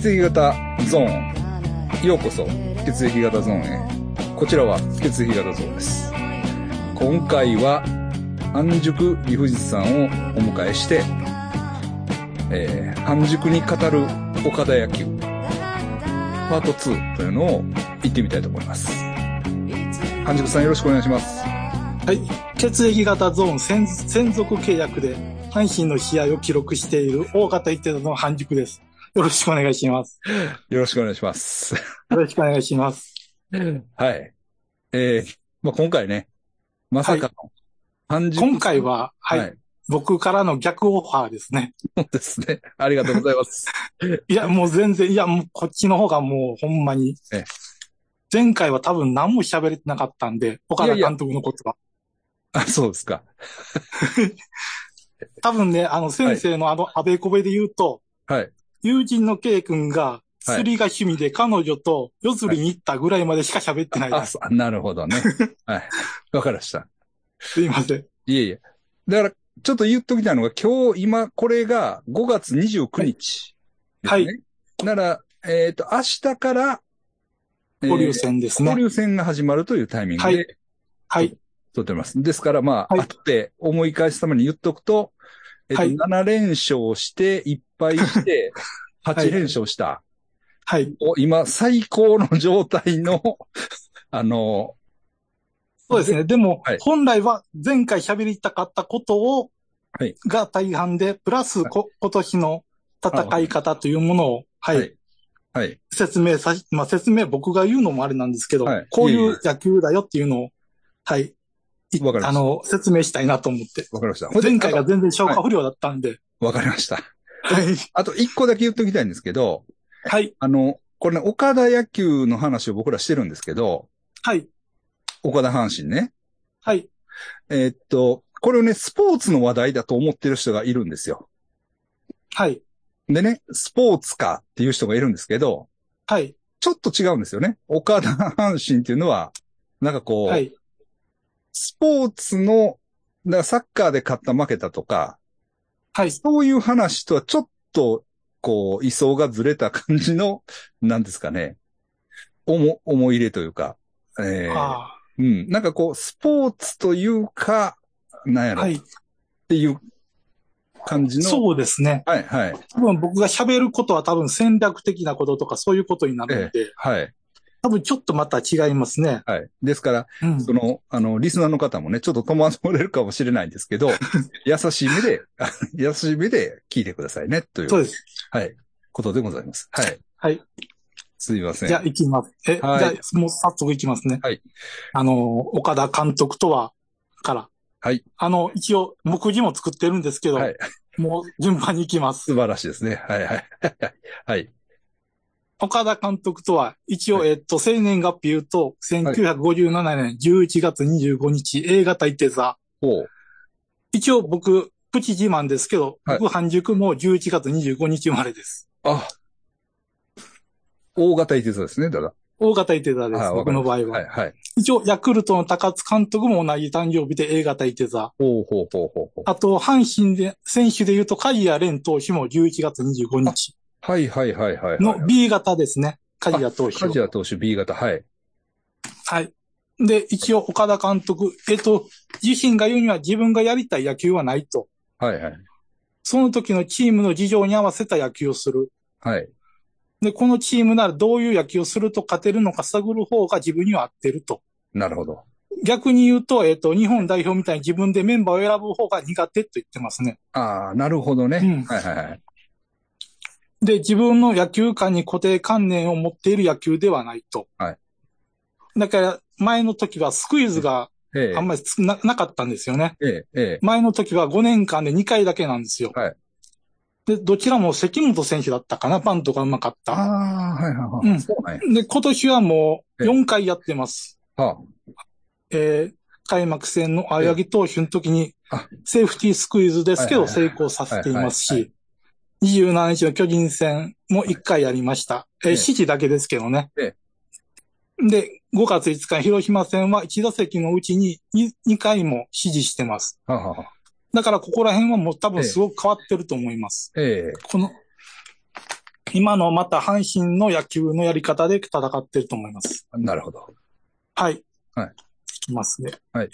血液型ゾーン。ようこそ、血液型ゾーンへ。こちらは血液型ゾーンです。今回は、半熟理不尽さんをお迎えして、半熟に語る岡田野球、パート2というのを行ってみたいと思います。半熟さんよろしくお願いします。 はい。血液型ゾーン専属契約で、阪神の試合を記録している大型一定の半熟です。よろしくお願いします。 よろしくお願いします。 よろしくお願いします。 はい。今回ね、まさかの半熟、 今回は、はい、僕からの逆オファーですね。 そうですね。ありがとうございます。 いや、もう全然、もうこっちの方がもうほんまに。前回は多分何も喋れてなかったんで、岡田監督のことは。 そうですか。 多分ね、先生のあべこべで言うと、 はい。 友人の K 君が釣りが趣味で彼女と夜釣りに行ったぐらいまでしか喋ってないです。 なるほどね。はい。わかりました。 すいません。 いえいえ。だから、ちょっと言っときたいのが、今、これが5月29日ですね。はい。なら、明日から、 交流戦ですね。 交流戦が始まるというタイミングで、 はい。 撮ってます。ですから、後で思い返すために言っとくと、7連勝して、1敗して、8連勝した。はい。今、最高の状態の、 そうですね。でも、本来は前回喋りたかったことを、が大半で、プラス、今年の戦い方というものを、説明僕が言うのもあれなんですけど、こういう野球だよっていうのを、説明したいなと思って。 わかりました。 前回が全然消化不良だったんで。 わかりました。はい。あと1個だけ言っときたいんですけど、 はい。 これね、岡田野球の話を僕らしてるんですけど、 はい。 岡田阪神ね。 はい。 これをね、スポーツの話題だと思ってる人がいるんですよ。 はい。 でね、スポーツかっていう人がいるんですけど、 はい。 ちょっと違うんですよね。岡田阪神っていうのは、なんかこう、はい。スポーツの、だからサッカーで勝った負けたとか、はい。そういう話とはちょっと、こう、位相がずれた感じの、なんですかね。思い入れというか、なんかこう、スポーツというか、なんやろ。はい。っていう感じの。 そうですね。はい、はい。多分僕が喋ることは多分戦略的なこととかそういうことになるので。はい。多分ちょっとまた違いますね。 はい。ですから、リスナーの方もね、ちょっと戸惑われるかもしれないんですけど、優しい目で聞いてくださいね、という。 そうです。 はい。ことでございます。はい。 はい。 すいません。 じゃあ行きます。はい、じゃあもう早速行きますね。はい。岡田監督とは、から。はい。一応、目次も作ってるんですけど、はい。もう順番に行きます。 素晴らしいですね。はいはい。はい。 岡田監督とは、一応、生年月日言うと、1957年11月25日、A 型いて座。一応僕、プチ自慢ですけど、僕、半熟も11月25日生まれです。 大型いて座ですね、だから。 大型いて座です、僕の場合は。はいはい。一応、ヤクルトの高津監督も同じ誕生日で A 型いて座。あと、阪神で、選手で言うと、鍵谷蓮投手も11月25日。 はいはいはいはい。 の B 型ですね。梶谷投手。 梶谷投手 B 型、はい。 はい。で、一応岡田監督、自身が言うには自分がやりたい野球はないと。はいはい。その時のチームの事情に合わせた野球をする。はい。で、このチームならどういう野球をすると勝てるのか探る方が自分には合ってると。 なるほど。 逆に言うと、日本代表みたいに自分でメンバーを選ぶ方が苦手と言ってますね。 ああ、なるほどね。うん。はいはいはい。 で、自分の野球観に固定観念を持っている野球ではないと。はい。だから、前の時はスクイズがあんまりなかったんですよね。前の時は5年間で2回だけなんですよ。はい。で、どちらも関本選手だったかな、パントがうまかった。 ああ、はいはいはい。そうね。で、今年はもう4回やってます。開幕戦の青柳投手の時に、セーフティースクイズですけど成功させていますし、27日の巨人戦も1回やりました。指示だけですけどね。で、5月5日広島戦は1打席のうちに 2回も指示してます。だからここら辺はもう多分すごく変わってると思います。この、 今のまた阪神の野球のやり方で戦ってると思います。 なるほど。 はい。 はい。いきますね。 はい。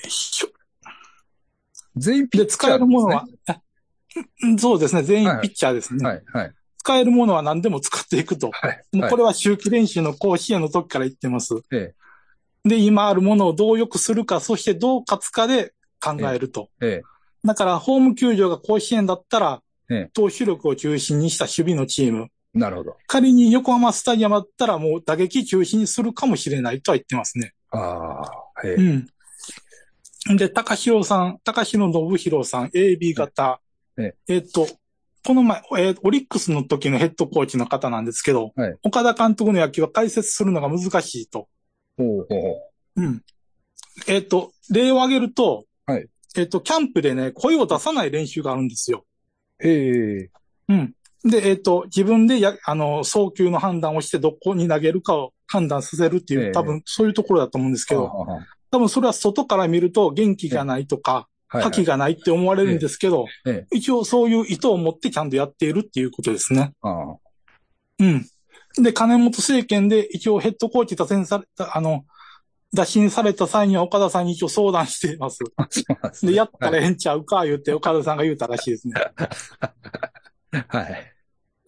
全員ピッチャー、ね、 で、使えるものは、そうですね。全員ピッチャーですね。 はい。はい。 使えるものは何でも使っていくと。はい。もうこれは秋季練習の甲子園の時から言ってます。で、今あるものをどう良くするか、そしてどう勝つかで考えると。だから、ホーム球場が甲子園だったら、投手力を中心にした守備のチーム。 なるほど。 仮に横浜スタジアムだったらもう打撃中心にするかもしれないとは言ってますね。うん。で、高弘信弘さん、AB 型。この前、オリックスの時のヘッドコーチの方なんですけど、岡田監督の野球は解説するのが難しいと。うん。例を挙げると、キャンプでね、声を出さない練習があるんですよ。うん。で、自分で送球の判断をしてどこに投げるかを判断させるっていう、多分そういうところだと思うんですけど、多分それは外から見ると元気がないとか、覇気がないって思われるんですけど、一応そういう意図を持ってちゃんとやっているっていうことですね。うん。で、金本政権で一応ヘッドコーチ打診された際には岡田さんに一応相談しています。で、やったらええんちゃうか言って岡田さんが言うたらしいですね。 はい。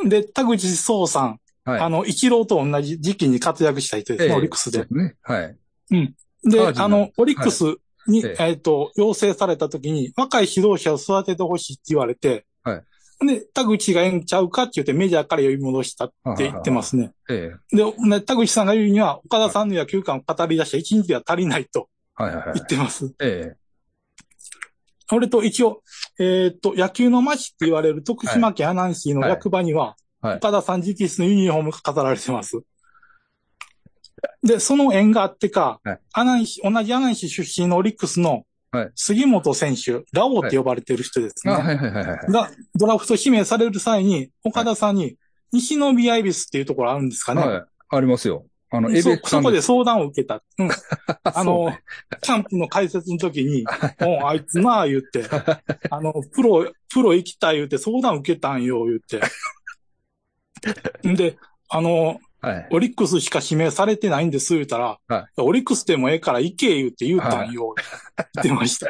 で、田口壮さん。イチローと同じ時期に活躍した人ですね、オリックスで。 はい。 うん。で、オリックスに、要請された時に、若い指導者を育ててほしいって言われて、で、田口がええんちゃうかって言ってメジャーから呼び戻したって言ってますね。で、田口さんが言うには、岡田さんの野球観を語り出した1日では足りないと言ってます。それと一応、野球の街って言われる徳島県阿南市の役場には、岡田さん直筆のユニフォームが飾られてます。で、その縁があってか、同じ阿南市出身のオリックスの杉本選手、ラオウって呼ばれてる人ですね。が、ドラフト指名される際に、岡田さんに、西宮恵比寿っていうところあるんですかね。 ありますよ。 そこで相談を受けた。うん。キャンプの解説の時に、あいつなあ言って、プロ行きたい言って相談受けたんよ言って。で、オリックスしか指名されてないんです言ったら、オリックスでもええから行け言って言うたんよ、言ってました。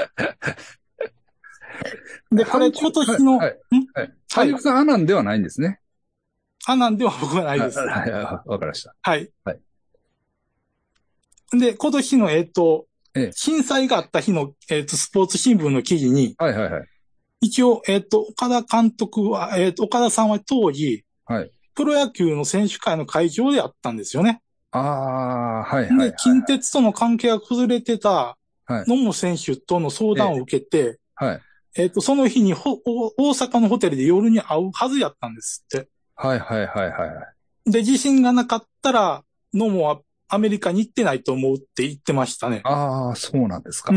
で、これ今年の、 ハイさんアナンではないんですね。 アナンでは僕はないです。 わかりました。 はい。で、今年の、震災があった日の、スポーツ新聞の記事に、一応、岡田監督は、岡田さんは当時、プロ野球の選手会の会長であったんですよね。で、近鉄との関係が崩れてた野茂選手との相談を受けて、その日に大阪のホテルで夜に会うはずやったんですって。で、地震がなかったら、野茂はアメリカに行ってないと思うって言ってましたね。 ああ、そうなんですか。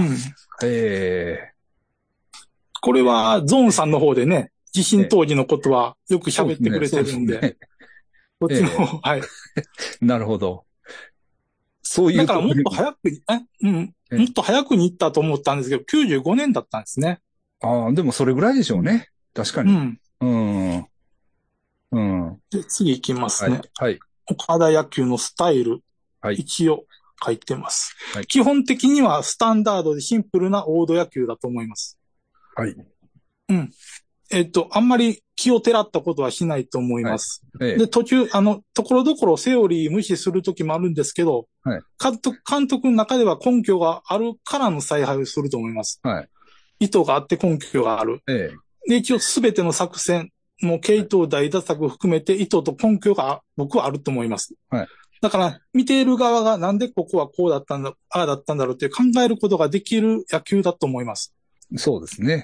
これは、ゾーンさんの方でね、地震当時のことはよく喋ってくれてるんで。こっちの方、はい。 なるほど。そういう。 だからもっと早くに、もっと早くに行ったと思ったんですけど、95年だったんですね。 ああ、でもそれぐらいでしょうね。確かに。 で、次行きますね。岡田野球のスタイル。一応書いてます。基本的にはスタンダードでシンプルな王道野球だと思います。あんまり気をてらったことはしないと思います。で、途中、ところどころセオリー無視するときもあるんですけど、監督の中では根拠があるからの采配をすると思います。意図があって根拠がある。で、一応すべての作戦の系統大打策を含めて意図と根拠が僕はあると思います。だから、見ている側がなんでここはこうだったんだ、ああだったんだろうって考えることができる野球だと思います。 そうですね。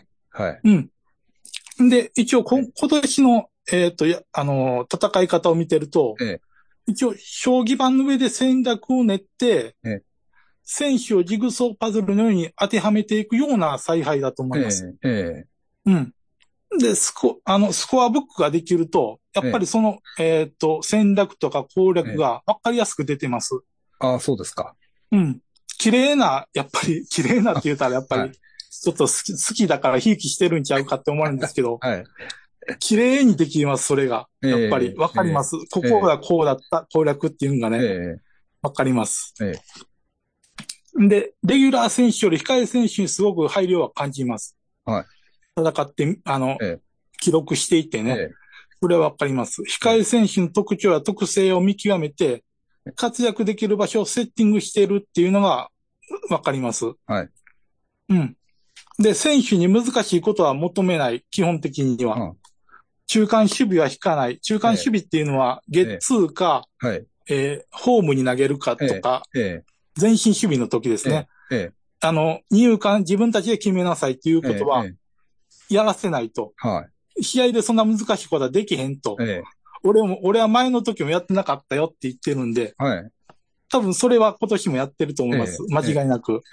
で、一応今年の、戦い方を見てると、一応、将棋盤の上で戦略を練って、選手をジグソーパズルのように当てはめていくような采配だと思います。で、スコアブックができると、やっぱりその、戦略とか攻略が分かりやすく出てます。 ああ、そうですか。 綺麗なって言ったらやっぱり、ちょっと好きだからひいきしてるんちゃうかって思うんですけど、 綺麗にできます、それが。やっぱり、わかります。ここがこうだった、攻略っていうのがね、わかります。で、レギュラー選手より控え選手にすごく配慮は感じます。 はい。 戦って、記録していてね。それはわかります。控え選手の特徴や特性を見極めて、活躍できる場所をセッティングしているっていうのがわかります。 はい。 うん。で、選手に難しいことは求めない、基本的には。中間守備は引かない。中間守備っていうのは、ゲッツーか、ホームに投げるかとか、前進守備の時ですね。二遊間自分たちで決めなさいっていうことは、やらせないと。試合でそんな難しいことはできへんと。俺は前の時もやってなかったよって言ってるんで、多分それは今年もやってると思います。間違いなく。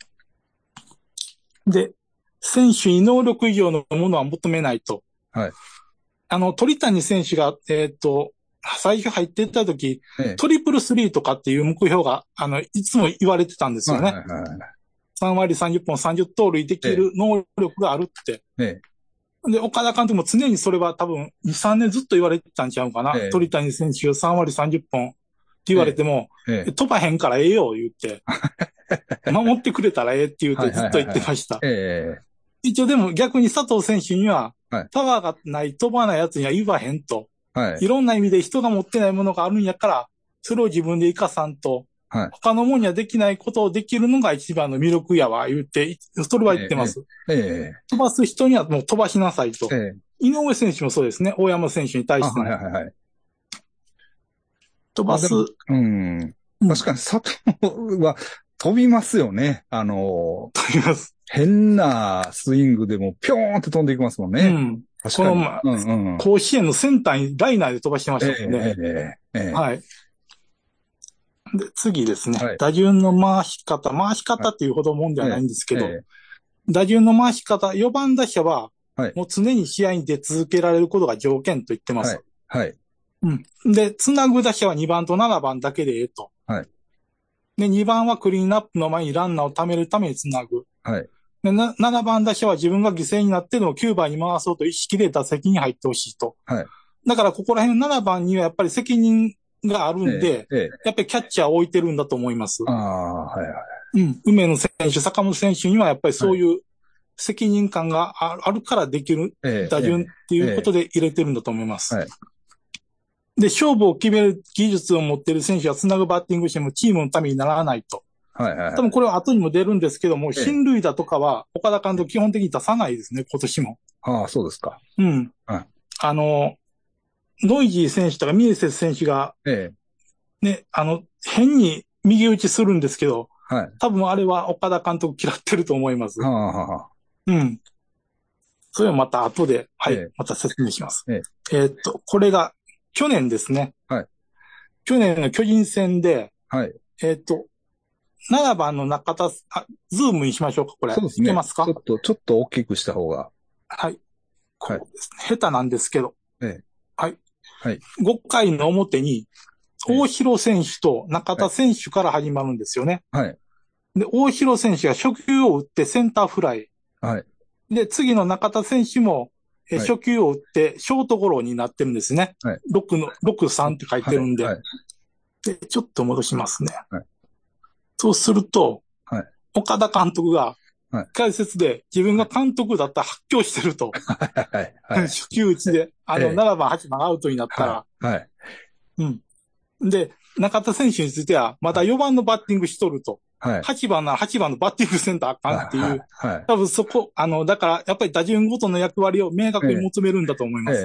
で、選手に能力以上のものは求めないと。鳥谷選手が、最初入っていった時、トリプルスリーとかっていう目標が、いつも言われてたんですよね。3割30本30盗塁できる能力があるって。で、岡田監督も常にそれは多分2、3年ずっと言われてたんちゃうかな。鳥谷選手が3割30本って言われても、飛ばへんからええよ言って、守ってくれたらええって言ってずっと言ってました。一応でも逆に佐藤選手には、パワーがない、飛ばないやつには言わへんと。いろんな意味で人が持ってないものがあるんやから、それを自分で生かさんと、他のもんにはできないことをできるのが一番の魅力やわ、言って、それは言ってます。飛ばす人にはもう飛ばしなさいと。井上選手もそうですね、大山選手に対しても。飛ばす。 確かに佐藤は飛びますよね。 飛びます。 変なスイングでもピョーンって飛んでいきますもんね。 この、甲子園のセンターにライナーで飛ばしてましたもんね。はい。で、次ですね。打順の回し方っていうほどもんではないんですけど、打順の回し方、4番打者は、もう常に試合に出続けられることが条件と言ってます。で、つなぐ打者は2番と7番だけでええと。で、2番はクリーンアップの前にランナーを貯めるためにつなぐ。で7番打者は自分が犠牲になってでも9番に回そうと意識で打席に入ってほしいと。だからここら辺の7番にはやっぱり責任があるんで、やっぱりキャッチャーを置いてるんだと思います。梅野選手、坂本選手にはやっぱりそういう責任感があるからできる打順っていうことで入れてるんだと思います。で、勝負を決める技術を持っている選手がつなぐバッティングしてもチームのためにならないと。多分これは後にも出るんですけども、進塁打とかは岡田監督基本的に出さないですね、今年も。 そうですか。 ノイジー選手とかミエセス選手が、ね、変に右打ちするんですけど、多分あれは岡田監督嫌ってると思います。それはまた後で、また説明します。これが去年ですね。去年の巨人戦で、7番の中田、ズームにしましょうか、これ。 そうですね。 いけますか？ ちょっと大きくした方が。 こうですね。下手なんですけど。5回の表に、大広選手と中田選手から始まるんですよね。で、大広選手が初球を打ってセンターフライ。で、次の中田選手も、初球を打ってショートゴロになってるんですね。6-3って書いてるんで。で、ちょっと戻しますね。そうすると、岡田監督が、解説で自分が監督だったら発狂してると。初球打ちで、7番、8番アウトになったら。で、中田選手については、まだ4番のバッティングしとると。8番なら8番のバッティングセンターあかんっていう。多分そこ、だからやっぱり打順ごとの役割を明確に求めるんだと思います。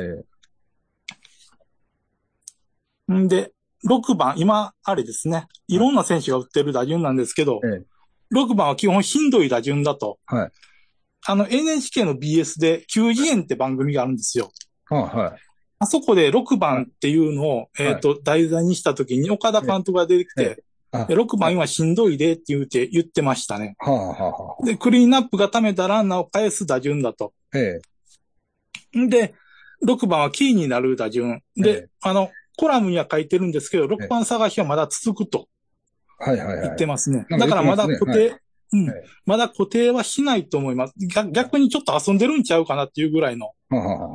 で、6番、今、あれですね。いろんな選手が打ってる打順なんですけど、6番は基本しんどい打順だと。NHK の BS で9次元って番組があるんですよ。あそこで6番っていうのを、題材にしたときに岡田監督が出てきて、6番今しんどいでって言ってましたね。で、クリーンアップが溜めたランナーを返す打順だと。で、6番はキーになる打順。で、コラムには書いてるんですけど、6番探しはまだ続くと。言ってますね。だからまだ固定、まだ固定はしないと思います。逆にちょっと遊んでるんちゃうかなっていうぐらいの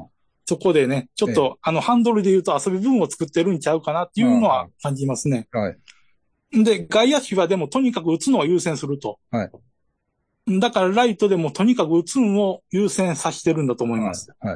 そこでね、ちょっと、ハンドルで言うと遊び分を作ってるんちゃうかなっていうのは感じますね。 はい。 で、外野手はでもとにかく打つのを優先すると。 はい。 だからライトでもとにかく打つのを優先させてるんだと思います。 はい。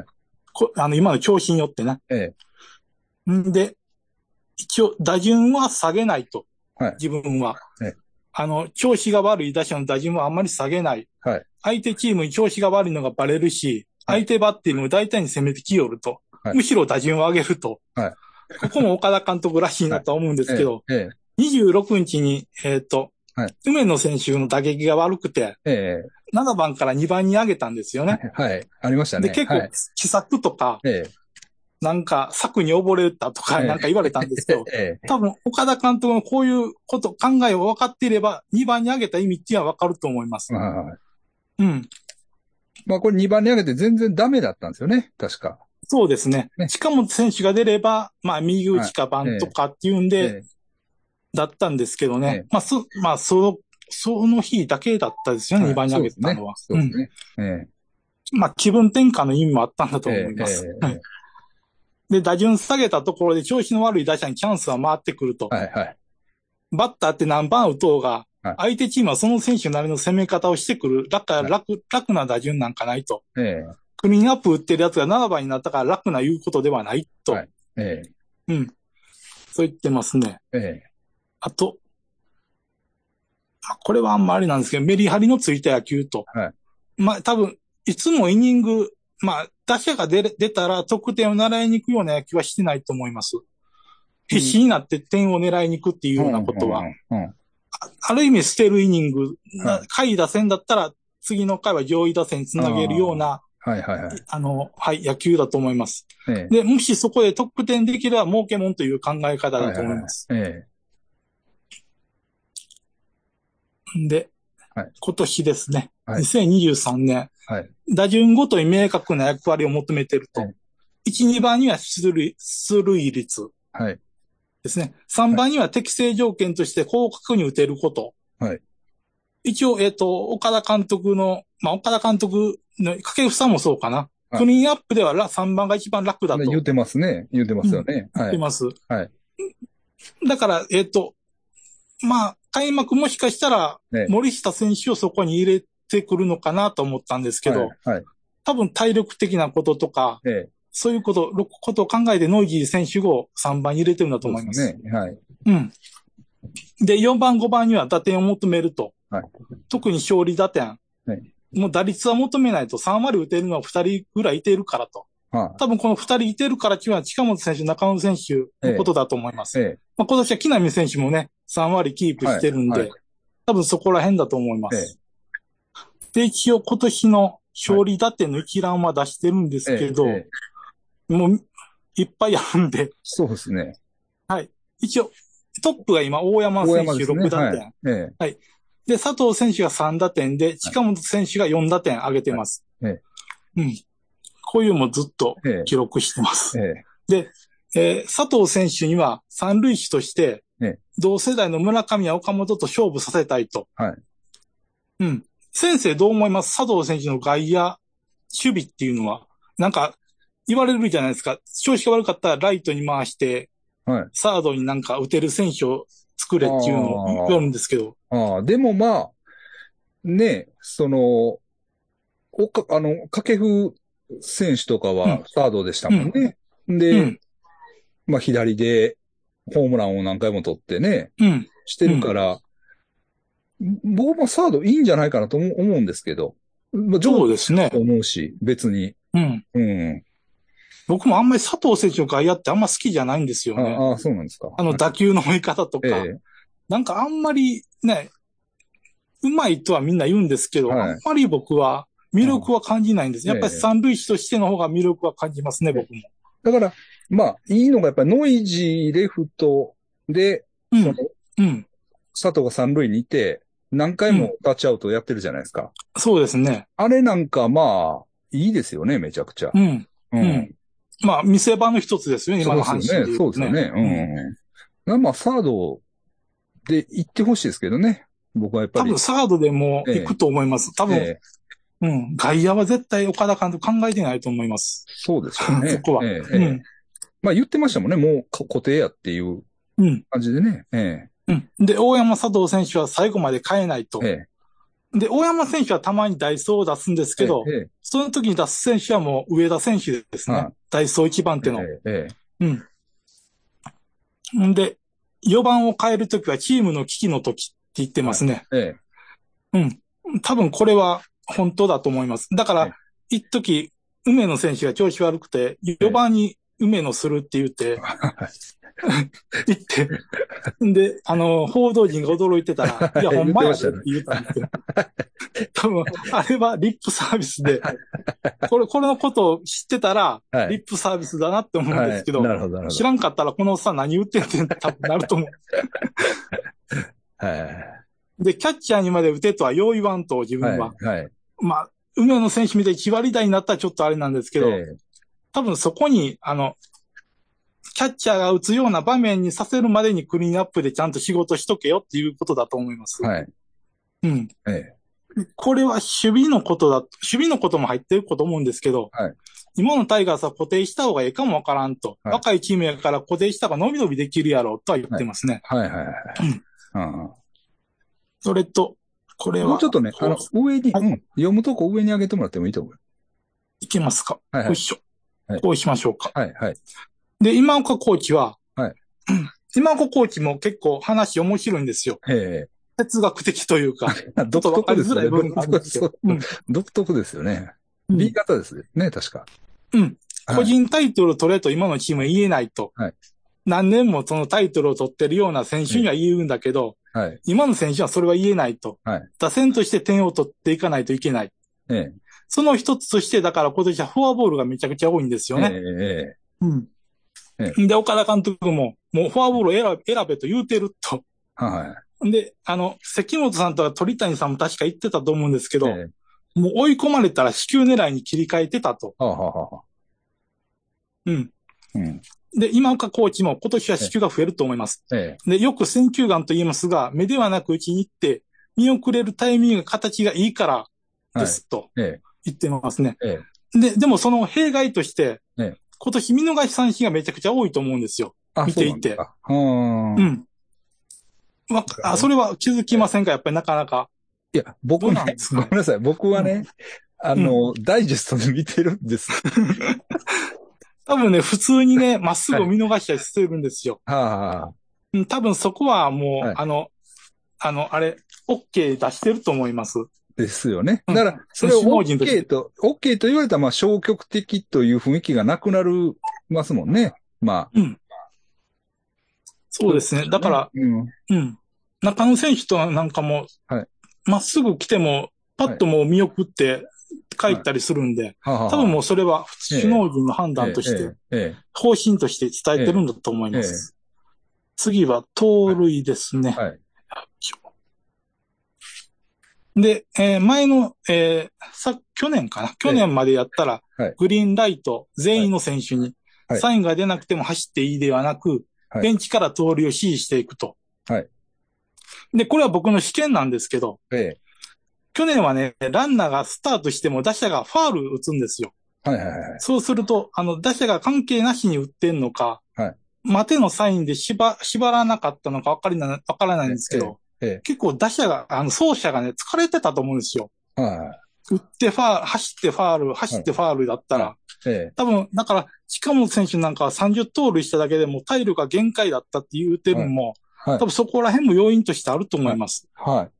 はい。今の調子によってね。で、一応打順は下げないと。はい。自分は。調子が悪い打者の打順はあんまり下げない。はい。相手チームに調子が悪いのがバレるし、はい、相手バッテリーも大体に攻めてきよると。はい、むしろ打順を上げると。はい。ここも岡田監督らしいなとは思うんですけど、26日に、はい、梅野選手の打撃が悪くて、7番から2番に上げたんですよね。 はい。ありましたね。 で、結構、奇策とか、なんか、策に溺れたとか、なんか言われたんですけど、多分、岡田監督のこういうこと、考えを分かっていれば、2番に上げた意味っていうのは分かると思います。うん。 まあ、これ2番に上げて全然ダメだったんですよね、確か。 そうですね。近本選手が出れば、まあ、右打ちかバントかっていうんで、だったんですけどね。まあ、その日だけだったですよね、2番に上げたのは。そうですね。まあ、気分転換の意味もあったんだと思います。で、打順下げたところで調子の悪い打者にチャンスは回ってくると。はいはい。バッターって何番打とうが、相手チームはその選手なりの攻め方をしてくる。だから楽な打順なんかないと。クリーンアップ打ってるやつが7番になったから楽な言うことではないと。うん。そう言ってますね。あと、これはあんまりなんですけど、メリハリのついた野球と。まあ多分、いつもイニング、まあ、打者が出たら得点を狙いに行くような野球はしてないと思います。必死になって点を狙いに行くっていうようなことは。ある意味捨てるイニング、下位打線だったら次の回は上位打線につなげるような、野球だと思います。で、もしそこで得点できれば儲けもんという考え方だと思います。で、今年ですね。2023年。打順ごとに明確な役割を求めていると。1、2番には出塁率。ですね。3番には適正条件として広角に打てること。一応、岡田監督の、まあ、岡田監督の掛布さんもそうかな。クリーンアップでは3番が一番楽だと。 言ってますね。言ってますよね。 言ってます。だから、まあ、開幕もしかしたら、森下選手をそこに入れてくるのかなと思ったんですけど、多分体力的なこととか、そういうことを考えてノイジー選手を3番に入れてるんだと思います。うん。で、4番、5番には打点を求めると。特に勝利打点。もう打率は求めないと3割打てるのは2人ぐらいいてるからと。多分この2人いてるからっていうのは近本選手、中野選手のことだと思います。まあ、今年は木浪選手もね、3割キープしてるんで、多分そこら辺だと思います。で、一応今年の勝利打点の一覧は出してるんですけど、もういっぱいあるんで。 そうですね。 はい。一応、トップが今、大山選手6打点。はい。で、佐藤選手が3打点で、近本選手が4打点上げてます。うん。こういうのもずっと記録してます。で、佐藤選手には三塁手として、同世代の村上や岡本と勝負させたいと。うん。先生どう思います？佐藤選手の外野、守備っていうのは。なんか、言われるじゃないですか。調子が悪かったらライトに回して、サードになんか打てる選手を作れっていうのを言われるんですけど。 でもまあ、ね、掛布選手とかはサードでしたもんね。で、まあ左でホームランを何回も取ってね、してるから、僕もサードいいんじゃないかなと思うんですけど。 そうですね。 と思うし、別に。 僕もあんまり佐藤選手の外野ってあんま好きじゃないんですよね。 そうなんですか。 打球の追い方とか。なんかあんまりね、うまいとはみんな言うんですけど、あんまり僕は魅力は感じないんです。やっぱり三塁手としての方が魅力は感じますね、僕も。 だから、まあ、いいのがやっぱりノイジーレフトで、佐藤が三塁にいて、何回もタッチアウトやってるじゃないですか。 そうですね。 あれなんかまあ、いいですよね、めちゃくちゃ。 まあ、見せ場の一つですよね、今の話で。 そうですよね。まあ、サードで行ってほしいですけどね。僕はやっぱり。 多分サードでも行くと思います。多分、 うん。外野は絶対岡田監督考えてないと思います。 そうですよね。 そこは。 まあ言ってましたもんね。もう固定やっていう感じでね。 うん。で、大山佐藤選手は最後まで変えないと。で、大山選手はたまにダイソーを出すんですけど、その時に出す選手はもう上田選手ですね。ダイソー1番手の。うん。で、4番を変えるときはチームの危機の時って言ってますね。うん。多分これは本当だと思います。だから、一時、梅野選手が調子悪くて、4番に梅野するって言って、言って、で、報道陣が驚いてたら、いや、ほんまやでって言ったんですよ。多分、あれはリップサービスで、これのことを知ってたら、リップサービスだなって思うんですけど、知らんかったらこのおっさん何言ってんって多分なると思う。で、キャッチャーにまで打てとはよう言わんと、自分は。まあ、梅野選手みたいに1割台になったらちょっとあれなんですけど、多分そこに、キャッチャーが打つような場面にさせるまでにクリーンアップでちゃんと仕事しとけよっていうことだと思います。うん。これは守備のことも入ってると思うんですけど、今のタイガースは固定した方がいいかもわからんと。若いチームやから固定した方が伸び伸びできるやろうとは言ってますね。それと、これは。 もうちょっとね、上に、読むとこ上に上げてもらってもいいと思う。 いけますか。よいしょ。こうしましょうか。で、今岡コーチは、今岡コーチも結構話面白いんですよ。哲学的というか、 独特ですよね。独特ですよね。B 型ですね、確か。 個人タイトル取れと今のチームは言えないと。何年もそのタイトルを取ってるような選手には言うんだけど、今の選手はそれは言えないと。打線として点を取っていかないといけない。その一つとして、だから今年はフォアボールがめちゃくちゃ多いんですよね。で、岡田監督も、もうフォアボールを選べと言うてると。で、関本さんとか鳥谷さんも確か言ってたと思うんですけど、もう追い込まれたら死球狙いに切り替えてたと。で、今岡コーチも今年は死球が増えると思います。で、よく選球眼と言いますが、目ではなく打ちに行って、見送れるタイミング、形がいいからですと言ってますね。でもその弊害として、今年見逃し三振がめちゃくちゃ多いと思うんですよ。見ていて。それは気づきませんか？やっぱりなかなか。 いや、僕ね、ごめんなさい。僕はね、ダイジェストで見てるんです。 多分ね、普通にね、まっすぐ見逃したりしてるんですよ。多分そこはもう、あれ、OK 出してると思います。 ですよね。だから、それを OK と言われたら、まあ、消極的という雰囲気がなくなりますもんね。まあ。 そうですね。だから、中野選手となんかも、まっすぐ来ても、パッともう見送って帰ったりするんで、多分もうそれは首脳陣の判断として、方針として伝えてるんだと思います。次は盗塁ですね。で、前の、去年かな、去年までやったら、グリーンライト全員の選手に、サインが出なくても走っていいではなく、ベンチから盗塁を指示していくと。で、これは僕の試験なんですけど、去年はね、ランナーがスタートしても打者がファール打つんですよ。そうすると、打者が関係なしに打ってんのか、待てのサインで縛らなかったのかわからないんですけど、結構打者が、走者がね、疲れてたと思うんですよ。打って走ってファール、走ってファールだったら、多分、だから、近本選手なんかは30盗塁しただけでも体力が限界だったって言うてるのも、多分そこら辺も要因としてあると思います。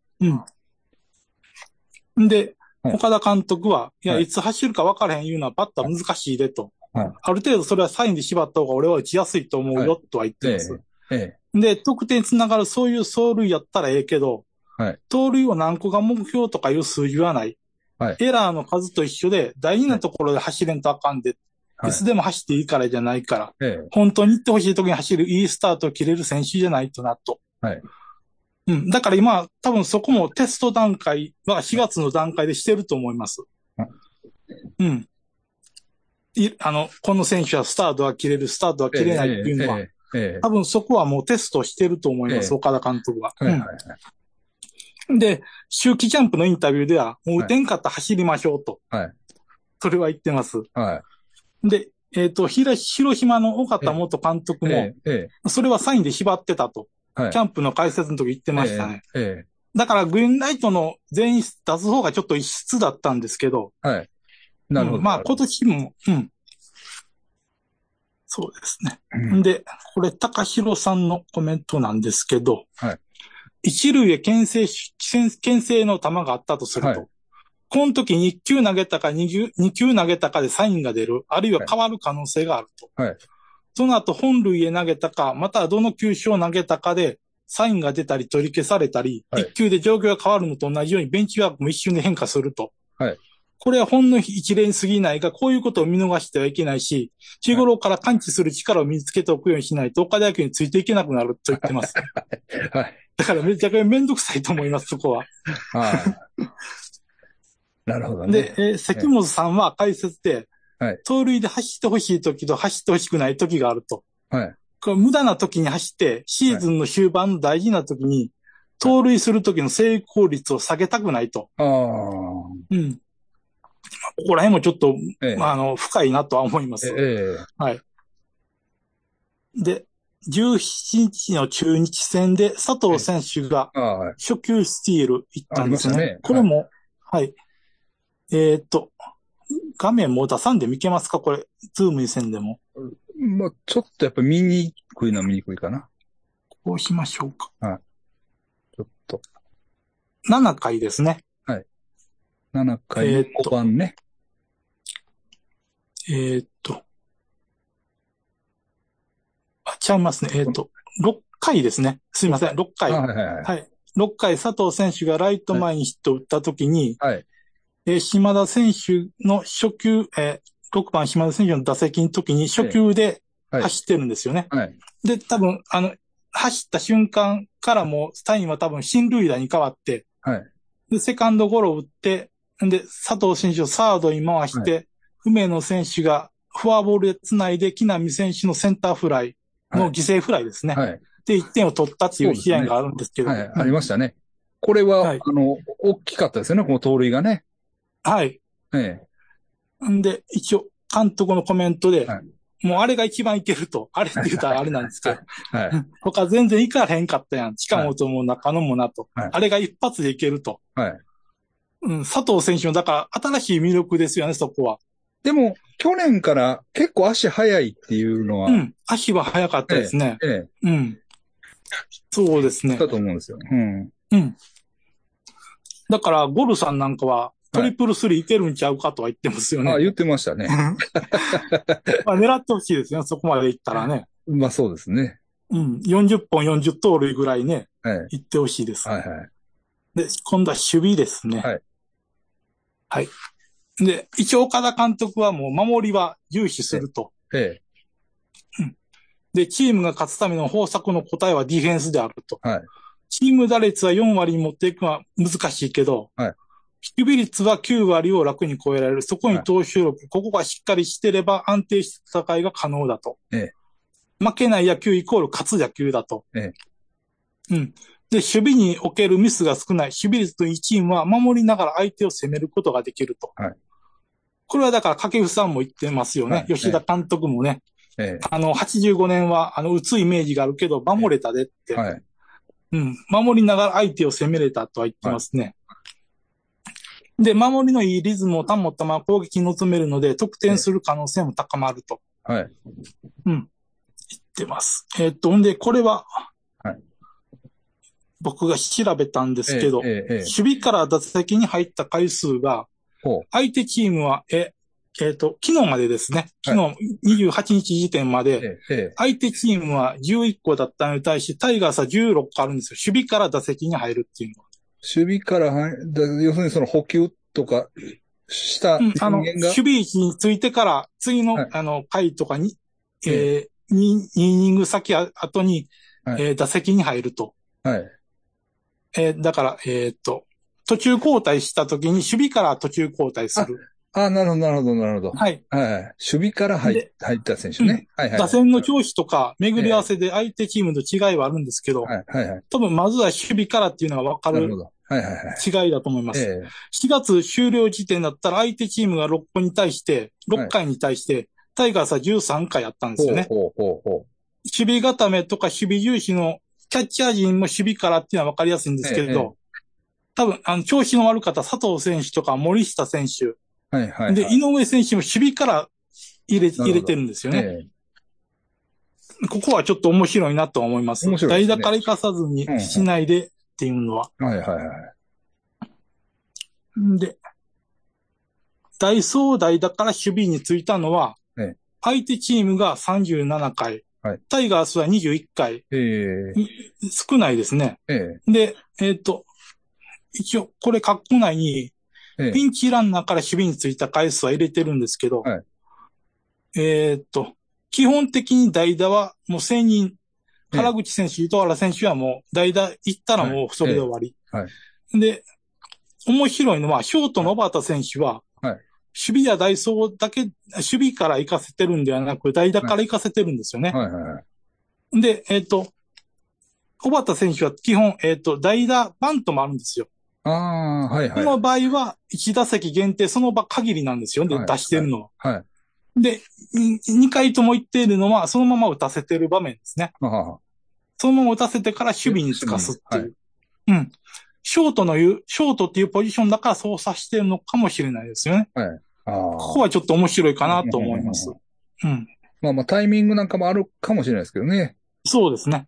で、岡田監督は、いや、いつ走るか分からへん言うのはバッター難しいでと。ある程度それはサインで縛った方が俺は打ちやすいと思うよとは言ってます。で、得点につながるそういう走塁やったらええけど、盗塁を何個が目標とかいう数字はない。エラーの数と一緒で、大事なところで走れんとあかんで、いつでも走っていいからじゃないから、本当に行ってほしい時に走るいいスタートを切れる選手じゃないとなと。だから今、多分そこもテスト段階は4月の段階でしてると思います。この選手はスタートは切れる、スタートは切れないっていうのは、多分そこはもうテストしてると思います、岡田監督は。 で、秋季キャンプのインタビューでは、もう打てんかったら走りましょうと。 はい。 それは言ってます。 はい。 で、広島の尾形元監督も、それはサインで縛ってたと。はい、キャンプの解説の時言ってましたね。だから、グリーンライトの全員出す方がちょっと異質だったんですけど。 はい。なるほど。 まあ、今年も、そうですね。で、これ、高弘さんのコメントなんですけど、はい。一塁へ牽制の球があったとすると、はい、この時に1球投げたか2球投げたかでサインが出る、あるいは変わる可能性があると。はい。その後本塁へ投げたか、またはどの球種を投げたかで、サインが出たり取り消されたり、はい、1球で状況が変わるのと同じようにベンチワークも一瞬で変化すると。はい。これはほんの一例に過ぎないが、こういうことを見逃してはいけないし、日頃から感知する力を身につけておくようにしないと、岡田野球についていけなくなると言ってます。はい。だからめちゃくちゃめんどくさいと思います、そこは。はい。 なるほどね。 で、関本さんは解説で、はい、盗塁で走ってほしい時と走ってほしくない時があると。はい。これ無駄な時に走って、シーズンの終盤の大事な時に、盗塁する時の成功率を下げたくないと。ああ。うん。ここら辺もちょっと、深いなとは思います。はい。で、17日の中日戦で佐藤選手が初球スティール行ったんですね。ね、これも、はい。画面も出さんで見けますかこれ、ズームにせんでも。 まあ、ちょっとやっぱ見にくいのは見にくいかな。 こうしましょうか。 はい。ちょっと。 7回ですね。 はい。7回の5番ね。 ちゃいますね。6回ですね。すいません、6回。はい。6回、佐藤選手がライト前にヒットを打ったときに、はい。島田選手の初球、6番島田選手の打席の時に初球で走ってるんですよね。はい。で、多分、走った瞬間からもう、サインは多分進塁打に変わって、はい。で、セカンドゴロを打って、で、佐藤選手をサードに回して、はい、梅野選手がフォアボールで繋いで、木浪選手のセンターフライの犠牲フライですね。はい。で、1点を取ったっていう試合があるんですけど。 はい、ありましたね。これは、はい、大きかったですよね、この盗塁がね。 はい。んで、一応、監督のコメントで、はい、もうあれが一番いけると。あれって言ったらあれなんですけど。はい、他全然いかへんかったやん。近本も中野もなと。はい、あれが一発でいけると。はい。うん、佐藤選手の、だから新しい魅力ですよね、そこは。 でも、去年から結構足速いっていうのは。 うん、足は速かったですね。うん。そうですね。 だと思うんですよ。うん。 うん。だから、ゴルさんなんかは、トリプルスリーいけるんちゃうかとは言ってますよね。 あ、言ってましたね。 まあ狙ってほしいですね、そこまでいったらね。 まあそうですね。 うん。40本40盗塁ぐらいね、はい、行ってほしいです。はいはい。で、今度は守備ですね。はい。はい。で、一応岡田監督はもう守りは重視すると。ええ。うん。で、チームが勝つための方策の答えはディフェンスであると。はい。チーム打率は4割に持っていくのは難しいけど、はい。守備率は9割を楽に超えられる。そこに投手力、はい、ここがしっかりしてれば安定した戦いが可能だと。ええ。負けない野球イコール勝つ野球だと。ええ。うん。で、守備におけるミスが少ない。守備率のいいチームは守りながら相手を攻めることができると。はい。これはだから掛布さんも言ってますよね。はい、吉田監督もね。ええ。85年は、打つイメージがあるけど、守れたでって。はい。うん。守りながら相手を攻めれたとは言ってますね。はい、で、守りのいいリズムを保ったまま攻撃に臨めるので、得点する可能性も高まると。はい。うん。言ってます。んで、これは、はい。僕が調べたんですけど、守備から打席に入った回数が、相手チームは、昨日までですね。昨日28日時点まで、相手チームは11個だったのに対し、タイガースは16個あるんですよ。守備から打席に入るっていうのは。 守備から要するにその補給とかした人間が、 守備位置についてから、次の、回とかに、2イニング先後に、打席に入ると。はい。だから、途中交代した時に守備から途中交代する。 なるほど、なるほど、なるほど。はい。はい。守備から入った選手ね。はいはい。 打線の調子とか巡り合わせで相手チームと違いはあるんですけど、はいはいはい。多分まずは守備からっていうのが分かるはいはいはい。 違いだと思います。4月終了時点だったら相手チームが6個に対して、6回に対して、タイガースは13回あったんですよね。守備固めとか守備重視のキャッチャー陣も守備からっていうのは分かりやすいんですけど、多分、調子の悪かった佐藤選手とか森下選手。で、井上選手も守備から入れてるんですよね。ここはちょっと面白いなと思います。代打から生かさずにしないでっていうのは。で、代走代打から守備についたのは、相手チームが37回、タイガースは21回、少ないですね。で、一応、これ括弧内に、ピンチランナーから守備についた回数は入れてるんですけど、基本的に代打はもう1000人、原口選手、糸原選手はもう代打行ったらもうそれで終わり。で、面白いのは、ショートの小畑選手は、守備や代走だけ、守備から行かせてるんではなく、代打から行かせてるんですよね。で、小畑選手は基本、代打バントもあるんですよ。この場合は、1打席限定、その場限りなんですよね、出してるのは。で、2回とも言っているのは、そのまま打たせてる場面ですね。そのまま打たせてから守備につかすっていう。ショートっていうポジションだからそうさしてるのかもしれないですよね。ここはちょっと面白いかなと思います。 まあタイミングなんかもあるかもしれないですけどね。 そうですね。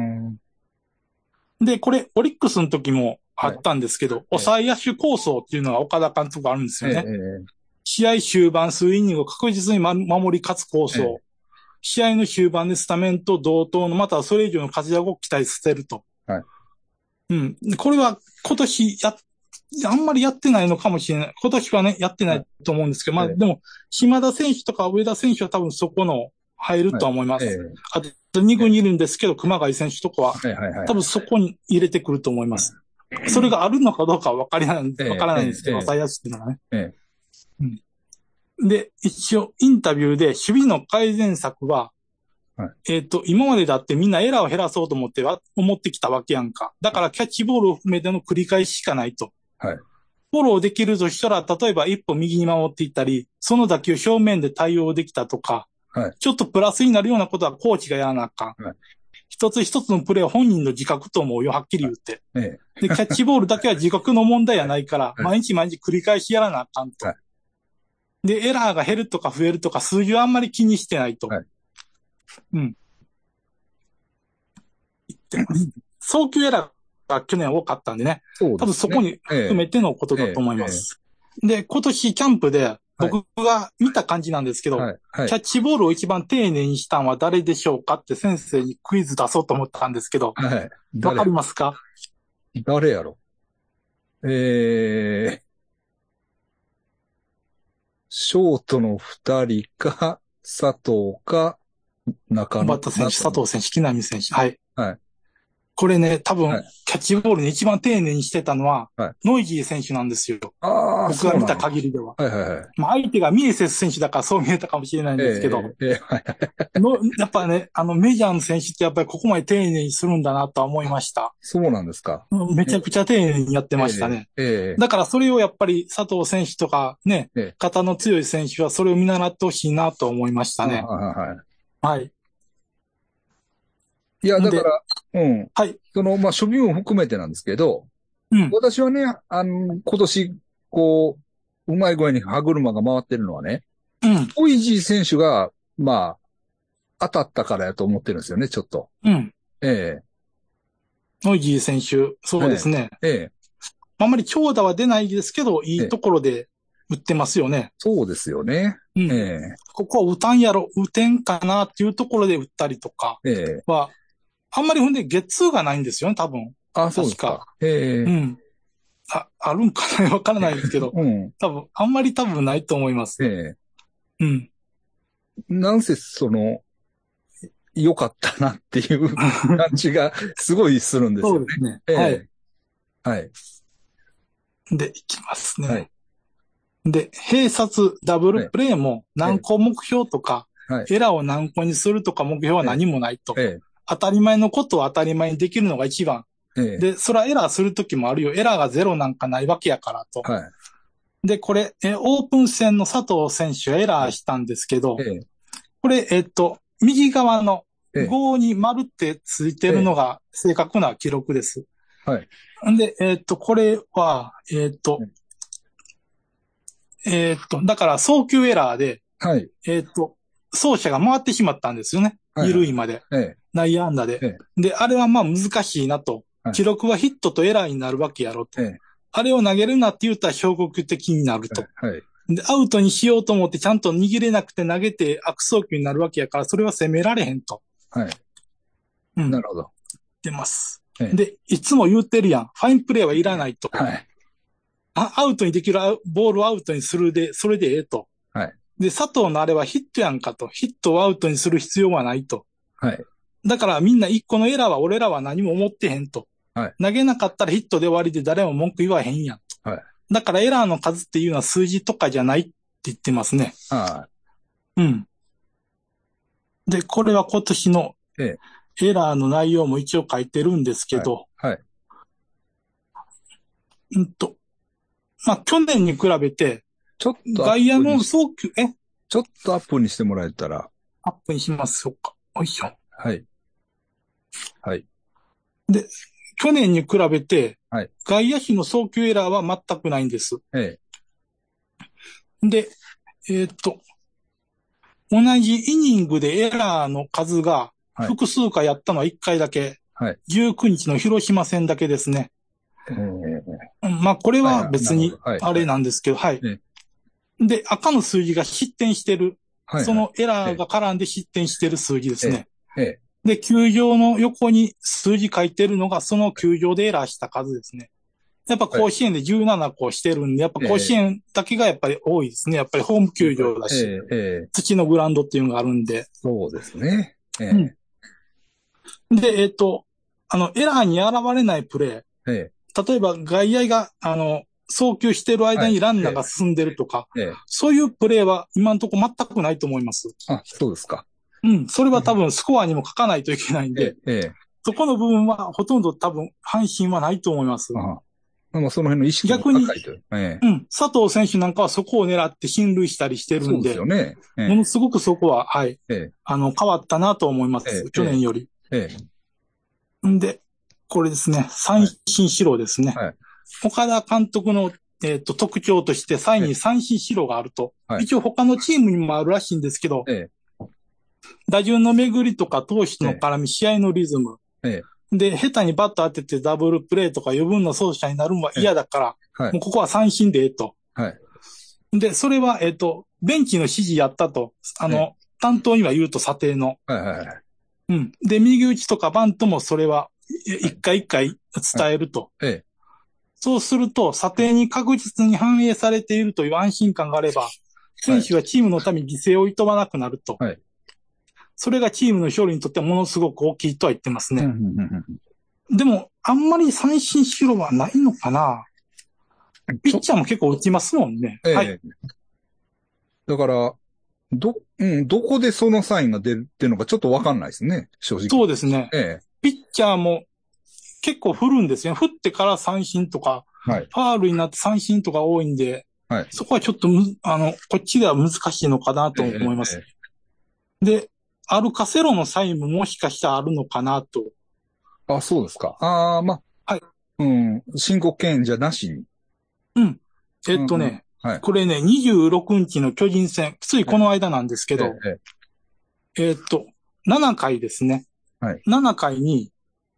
で、これ、オリックスの時もあったんですけど、抑え野手構想っていうのが岡田監督あるんですよね。試合終盤数イニングを確実に守り勝つ構想。試合の終盤でスタメンと同等の、またはそれ以上の活躍を期待させると。これは今年あんまりやってないのかもしれない。今年はね、やってないと思うんですけど、まあでも、島田選手とか上田選手は多分そこの入るとは思います。あと2軍にいるんですけど、熊谷選手とかは、多分そこに入れてくると思います。それがあるのかどうかはわからないんですけど、抑えやすっていうのがね。で、一応インタビューで守備の改善策は、今までだってみんなエラーを減らそうと思ってきたわけやんか。だからキャッチボールを含めての繰り返ししかないと。フォローできるとしたら、例えば一歩右に守っていったり、その打球正面で対応できたとか、ちょっとプラスになるようなことはコーチがやらなあかん。一つ一つのプレーは本人の自覚と思うよ、はっきり言って。で、キャッチボールだけは自覚の問題やないから、毎日毎日繰り返しやらなあかんと。で、エラーが減るとか増えるとか数字はあんまり気にしてないと。言ってます。送球エラーが去年多かったんでね。多分そこに含めてのことだと思います。で、今年キャンプで僕が見た感じなんですけど、キャッチボールを一番丁寧にしたのは誰でしょうかって先生にクイズ出そうと思ったんですけど、わかりますか？ 誰やろ？ショートの2人か、佐藤か、中野。 小畑選手、佐藤選手、木浪選手。はい。これね、多分、キャッチボールに一番丁寧にしてたのは、ノイジー選手なんですよ。僕が見た限りでは。まあ、相手がミエセス選手だからそう見えたかもしれないんですけど、やっぱね、メジャーの選手ってやっぱりここまで丁寧にするんだなとは思いました。 そうなんですか。 めちゃくちゃ丁寧にやってましたね。だからそれをやっぱり佐藤選手とかね、肩の強い選手はそれを見習ってほしいなと思いましたね。はい。 いや、だから、その、まあ、守備も含めてなんですけど、私はね、今年、こう、うまい具合に歯車が回ってるのはね、オイジー選手が、まあ、当たったからやと思ってるんですよね、ちょっと。 オイジー選手、そうですね。あんまり長打は出ないですけど、いいところで打ってますよね。 そうですよね。 ここは打たんかなっていうところで打ったりとかは、あんまりほんでゲッツーがないんですよね、多分。 そうですか。 あるんかなわからないですけど、あんまり多分ないと思います。 なんせ良かったなっていう感じがすごいするんですよね。 そうですね。 はい。 で、いきますね。で、併殺ダブルプレーも何個目標とか、エラーを何個にするとか目標は何もないと。当たり前のことを当たり前にできるのが一番。 で、それはエラーするときもあるよ。エラーがゼロなんかないわけやからと。で、これ、オープン戦の佐藤選手がエラーしたんですけど、これ、右側の5に丸ってついてるのが正確な記録です。で、これは、だから送球エラーで、走者が回ってしまったんですよね。二塁まで。内野安打で。で、あれはまあ難しいなと。記録はヒットとエラーになるわけやろと。あれを投げるなって言ったら消極的になると。で、アウトにしようと思ってちゃんと握れなくて投げて悪送球になるわけやから、それは責められへんと。 なるほど。 出ます。で、いつも言ってるやん。ファインプレーはいらないと。アウトにできるボールをアウトにするで、それでええと。で、佐藤のあれはヒットやんかと。ヒットをアウトにする必要はないと。だからみんな一個のエラーは俺らは何も思ってへんと。投げなかったらヒットで終わりで誰も文句言わへんやんと。だからエラーの数っていうのは数字とかじゃないって言ってますね。で、これは今年のエラーの内容も一応書いてるんですけど、まあ、去年に比べて、 ちょっと外野の送球、 ちょっとアップにしてもらえたら。 アップにしますよか。よいしょ。で、去年に比べて、外野手の送球エラーは全くないんです。で、同じイニングでエラーの数が複数回やったのは1回だけ。19日の広島戦だけですね。まあ、これは別にあれなんですけど、で、赤の数字が失点してる。そのエラーが絡んで失点してる数字ですね。で、球場の横に数字書いてるのがその球場でエラーした数ですね。やっぱ甲子園で17個してるんで、やっぱ甲子園だけがやっぱり多いですね。やっぱりホーム球場だし、土のグラウンドっていうのがあるんで。 そうですね。 で、エラーに現れないプレー。例えば外野が、送球してる間にランナーが進んでるとか、そういうプレーは今のところ全くないと思います。 そうですか。 それは多分スコアにも書かないといけないんで、そこの部分はほとんど多分阪神はないと思います。 その辺の意識が高いと。 佐藤選手なんかはそこを狙って進塁したりしてるんで、ものすごくそこは、変わったなと思います。去年より。で、これですね、三振指導ですね。岡田監督の、特徴として3位に三振指導があると。一応他のチームにもあるらしいんですけど、打順の巡りとか投手の絡み、試合のリズム。で、下手にバット当ててダブルプレーとか余分な走者になるのは嫌だから、もうここは三振でと。で、それは、ベンチの指示やったと。担当には言うと査定の。で、右打ちとかバントもそれは一回一回伝えると。そうすると、査定に確実に反映されているという安心感があれば、選手はチームのために犠牲をいとわなくなると。それがチームの勝利にとってものすごく大きいとは言ってますね。でも、あんまり三振指導はないのかな。ピッチャーも結構打ちますもんね。 だから、どこでそのサインが出るっていうのかちょっとわかんないですね、正直。 そうですね。ピッチャーも結構振るんですよ。振ってから三振とか、ファールになって三振とか多いんで、そこはちょっとこっちでは難しいのかなと思います。で、アルカセロのサインももしかしたらあるのかなと。 そうですか。申告敬遠じゃなしに。 これね、26日の巨人戦、ついこの間なんですけど、7回ですね。7回に、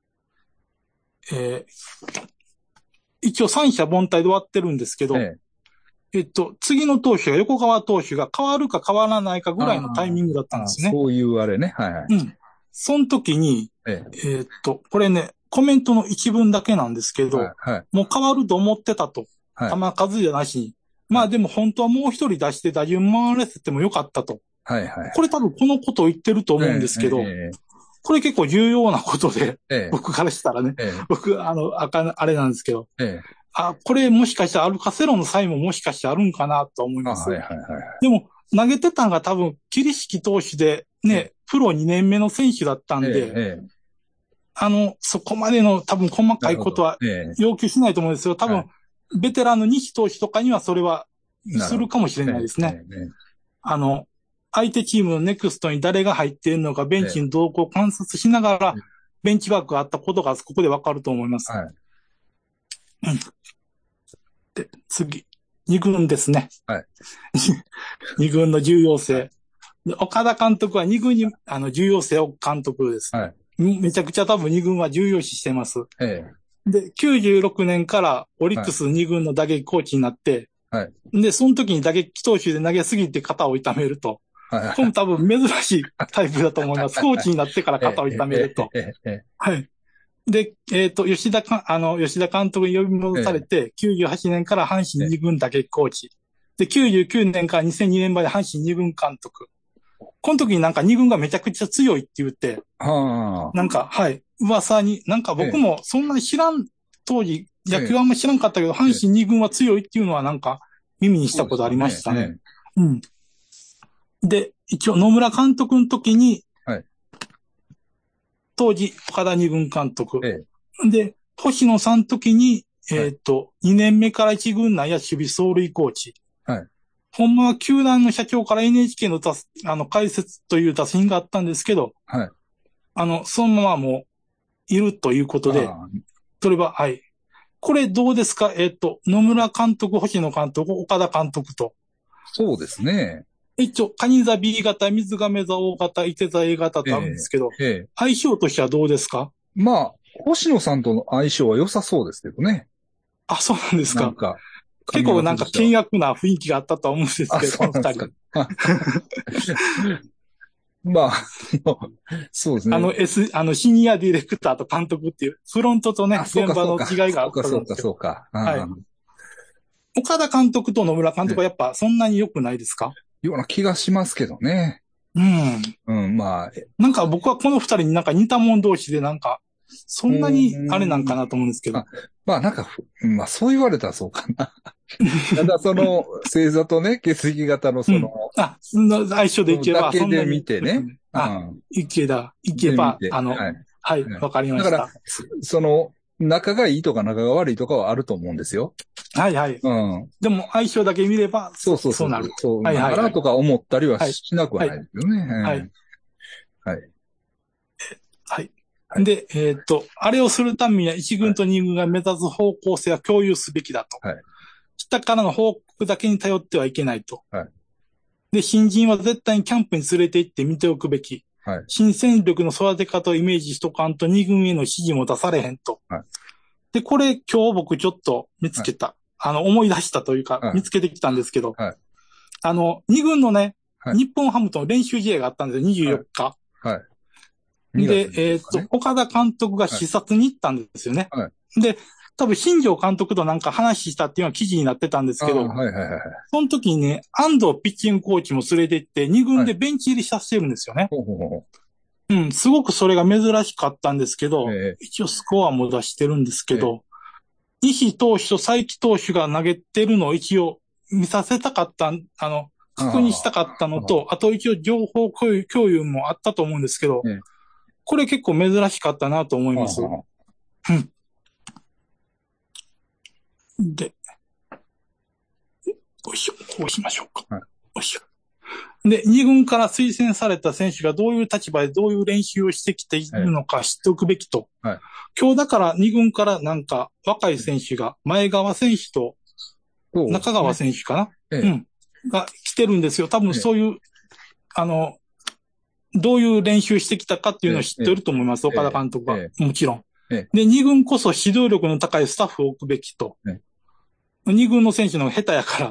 一応三者凡退で終わってるんですけど、次の投手が横川投手が変わるか変わらないかぐらいのタイミングだったんですね。 そういうあれね。 その時に、これね、コメントの一文だけなんですけど、もう変わると思ってたと。球数じゃなしに。まあでも本当はもう一人出して打順回らせてもよかったと。これ多分このことを言ってると思うんですけど、これ結構重要なことで、僕からしたらね、僕、あれなんですけど、これもしかしたらアルカセロのサインももしかしてあるんかなと思います。でも、投げてたのが多分、桐敷投手でね、プロ2年目の選手だったんで、 そこまでの多分細かいことは要求しないと思うんですよ。多分、ベテランの西投手とかにはそれはするかもしれないですね。相手チームのネクストに誰が入っているのか、ベンチの動向を観察しながら、ベンチワークがあったことがここでわかると思います。 はい。 で、次。2軍ですね。 はい。 2軍の重要性。岡田監督は2軍に、重要性を監督です。 はい。 めちゃくちゃ多分2軍は重要視してます。で、96年からオリックス2軍の打撃コーチになって、はい。で、その時に打撃投手で投げすぎて肩を痛めると。はい。これも多分珍しいタイプだと思います。コーチになってから肩を痛めると。はい。で、吉田監督に呼び戻されて、98年から阪神2軍打撃コーチ。で、99年から2002年まで阪神2軍監督。この時になんか2軍がめちゃくちゃ強いって言って、なんか、はい、噂に、なんか僕もそんなに知らん、当時、野球あんま知らんかったけど、阪神2軍は強いっていうのはなんか耳にしたことありましたね。うん。で、一応野村監督の時に、当時、岡田2軍監督。で、星野さんの時に、2年目から1軍内野守備走塁コーチ。ほんまは球団の社長から NHK の解説という打診があったんですけど、そのままもう、いるということで、それは、はい。これどうですか？野村監督、星野監督、岡田監督と。 そうですね。 一応、カニ座 B 型、水亀座 O 型、伊手座 A 型ってあるんですけど、相性としてはどうですか？ まあ、星野さんとの相性は良さそうですけどね。 あ、そうなんですか。なんか結構なんか険悪な雰囲気があったとは思うんですけど、この二人。 まあ、そうですね。シニアディレクターと監督っていう、フロントとね、現場の違いがあったんですよ。 そうか。 はい。岡田監督と野村監督はやっぱそんなに良くないですか？ ような気がしますけどね。まあ。 なんか僕はこの二人になんか似た者同士でなんか、そんなにあれなんかなと思うんですけど。 まあなんか、まあそう言われたらそうかな。ただその星座とね、血液型のその、 相性でいけば、 だけで見てね。 いけば、はい、わかりました。だから、 その、仲がいいとか仲が悪いとかはあると思うんですよ。 はいはい。でも相性だけ見れば、そうなる。 そうなるとか思ったりはしなくはないですよね。はい。 はい。で、あれをするためには1軍と2軍が目指す方向性は共有すべきだと。下からの報告だけに頼ってはいけないと。で、新人は絶対にキャンプに連れて行って見ておくべき。新戦力の育て方をイメージしとかんと2軍への指示も出されへんと。で、これ今日僕ちょっと見つけた。思い出したというか、見つけてきたんですけど、2軍のね、日本ハムとの練習試合があったんですよ、24日。で、岡田監督が視察に行ったんですよね。で、多分新庄監督となんか話したっていうのは記事になってたんですけど、その時にね、安藤ピッチングコーチも連れて行って、2軍でベンチ入りさせてるんですよね。すごくそれが珍しかったんですけど、一応スコアも出してるんですけど、西投手と佐伯投手が投げてるのを一応見させたかった、確認したかったのと、あと一応情報共有もあったと思うんですけど、これ結構珍しかったなと思います。で、よいしょ、こうしましょうか。よいしょ。で、2軍から推薦された選手がどういう立場でどういう練習をしてきているのか知っておくべきと。今日だから2軍からなんか若い選手が前川選手と中川選手かな、が来てるんですよ。多分そういう、どういう練習してきたかっていうのを知ってると思います。岡田監督は。もちろん。で、2軍こそ指導力の高いスタッフを置くべきと。2軍の選手の方が下手やから、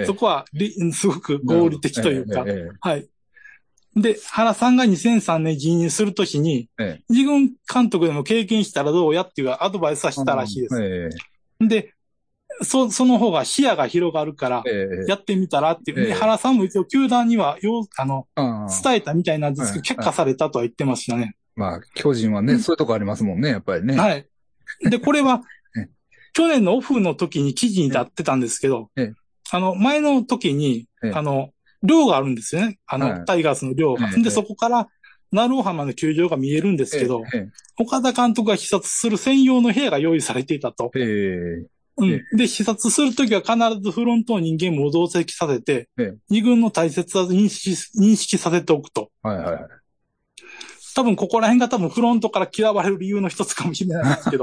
そこはすごく合理的というか、はい。で、原さんが2003年辞任するときに、2軍監督でも経験したらどうやっていうアドバイスはしたらしいです。で、その方が視野が広がるから、やってみたらっていう。で、原さんも一応球団には伝えたみたいなんですけど、却下されたとは言ってましたね。 まあ、巨人はね、そういうとこありますもんね、やっぱりね。 はい。で、これは、去年のオフの時に記事になってたんですけど、前の時に、寮があるんですよね。タイガースの寮が。で、そこから鳴尾浜の球場が見えるんですけど、岡田監督が視察する専用の部屋が用意されていたと。で、視察するときは必ずフロントの人間も同席させて、二軍の大切さを認識させておくと。多分ここら辺が多分フロントから嫌われる理由の一つかもしれないですけど。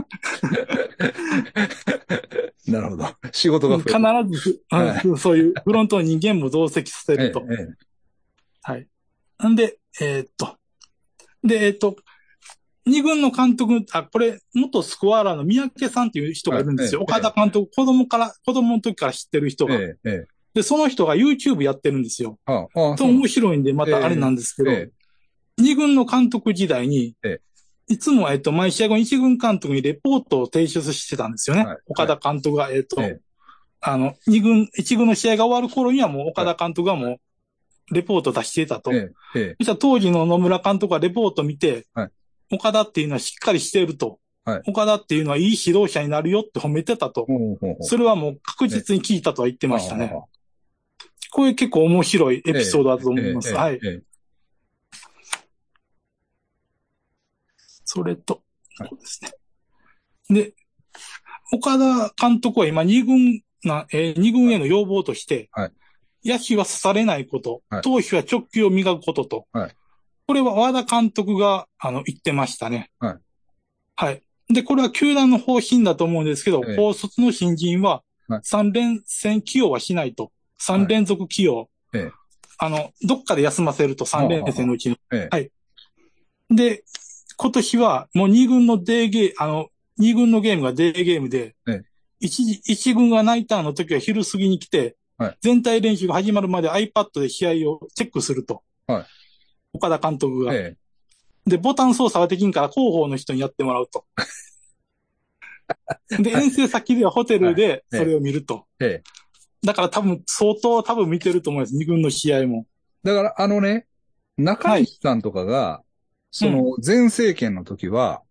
なるほど。仕事が増える。必ず、そういうフロントの人間も同席させると。はい。んで、二軍の監督、これ、元スコアラーの三宅さんっていう人がいるんですよ。岡田監督、子供の時から知ってる人が。で、その人が YouTube やってるんですよ。と面白いんで、またあれなんですけど、二軍の監督時代に、いつも、毎試合後に一軍監督にレポートを提出してたんですよね。岡田監督が、一軍の試合が終わる頃にはもう岡田監督がもう、レポート出していたと。そしたら当時の野村監督がレポート見て、岡田っていうのはしっかりしていると。岡田っていうのはいい指導者になるよって褒めてたと。それはもう確実に聞いたとは言ってましたね。これ結構面白いエピソードだと思います。はい。それと、そうですね。で、岡田監督は今二軍への要望として、野手は刺されないこと、投手は直球を磨くことと、これは和田監督が、言ってましたね。はい。で、これは球団の方針だと思うんですけど、高卒の新人は3連戦起用はしないと。3連続起用。どっかで休ませると3連戦のうちの。はい。で、今年はもう2軍のゲームがデーゲームで、1軍がナイターの時は昼過ぎに来て、全体練習が始まるまで iPad で試合をチェックすると。岡田監督が。で、ボタン操作はできんから広報の人にやってもらうと。で、遠征先ではホテルでそれを見ると。だから相当見てると思います。2軍の試合も。 だから中西さんとかが、その前政権の時は、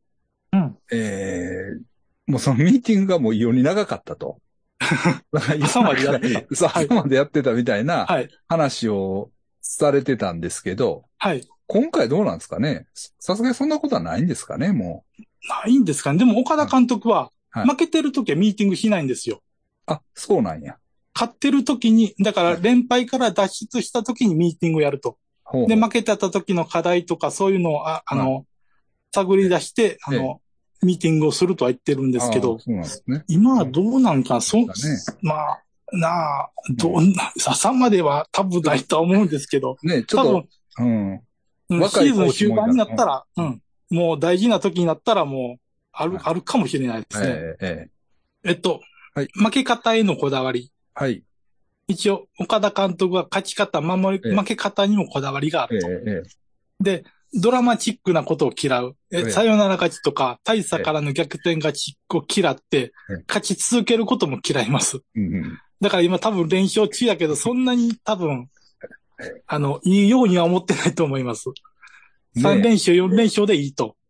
もうそのミーティングがもう異様に長かったと。 朝までやってた。 朝までやってたみたいな話をされてたんですけど、今回どうなんですかね。さすがにそんなことはないんですかね、もう。 ないんですかね。でも岡田監督は、負けてる時はミーティングしないんですよ。 あ、そうなんや。 勝ってる時に、だから連敗から脱出した時にミーティングをやると。で、負けてた時の課題とかそういうのを、探り出して、ミーティングをするとは言ってるんですけど、今はどうなんか、朝までは多分ないとは思うんですけど、 ね、ちょっと、 シーズン終盤になったら、もう大事な時になったらもう、あるかもしれないですね。負け方へのこだわり。一応、岡田監督は勝ち方、負け方にもこだわりがあると。で、ドラマチックなことを嫌う。サヨナラ勝ちとか、大差からの逆転勝ちを嫌って、勝ち続けることも嫌います。だから今多分連勝中やけど、そんなに多分、いいようには思ってないと思います。3連勝、4連勝でいいと。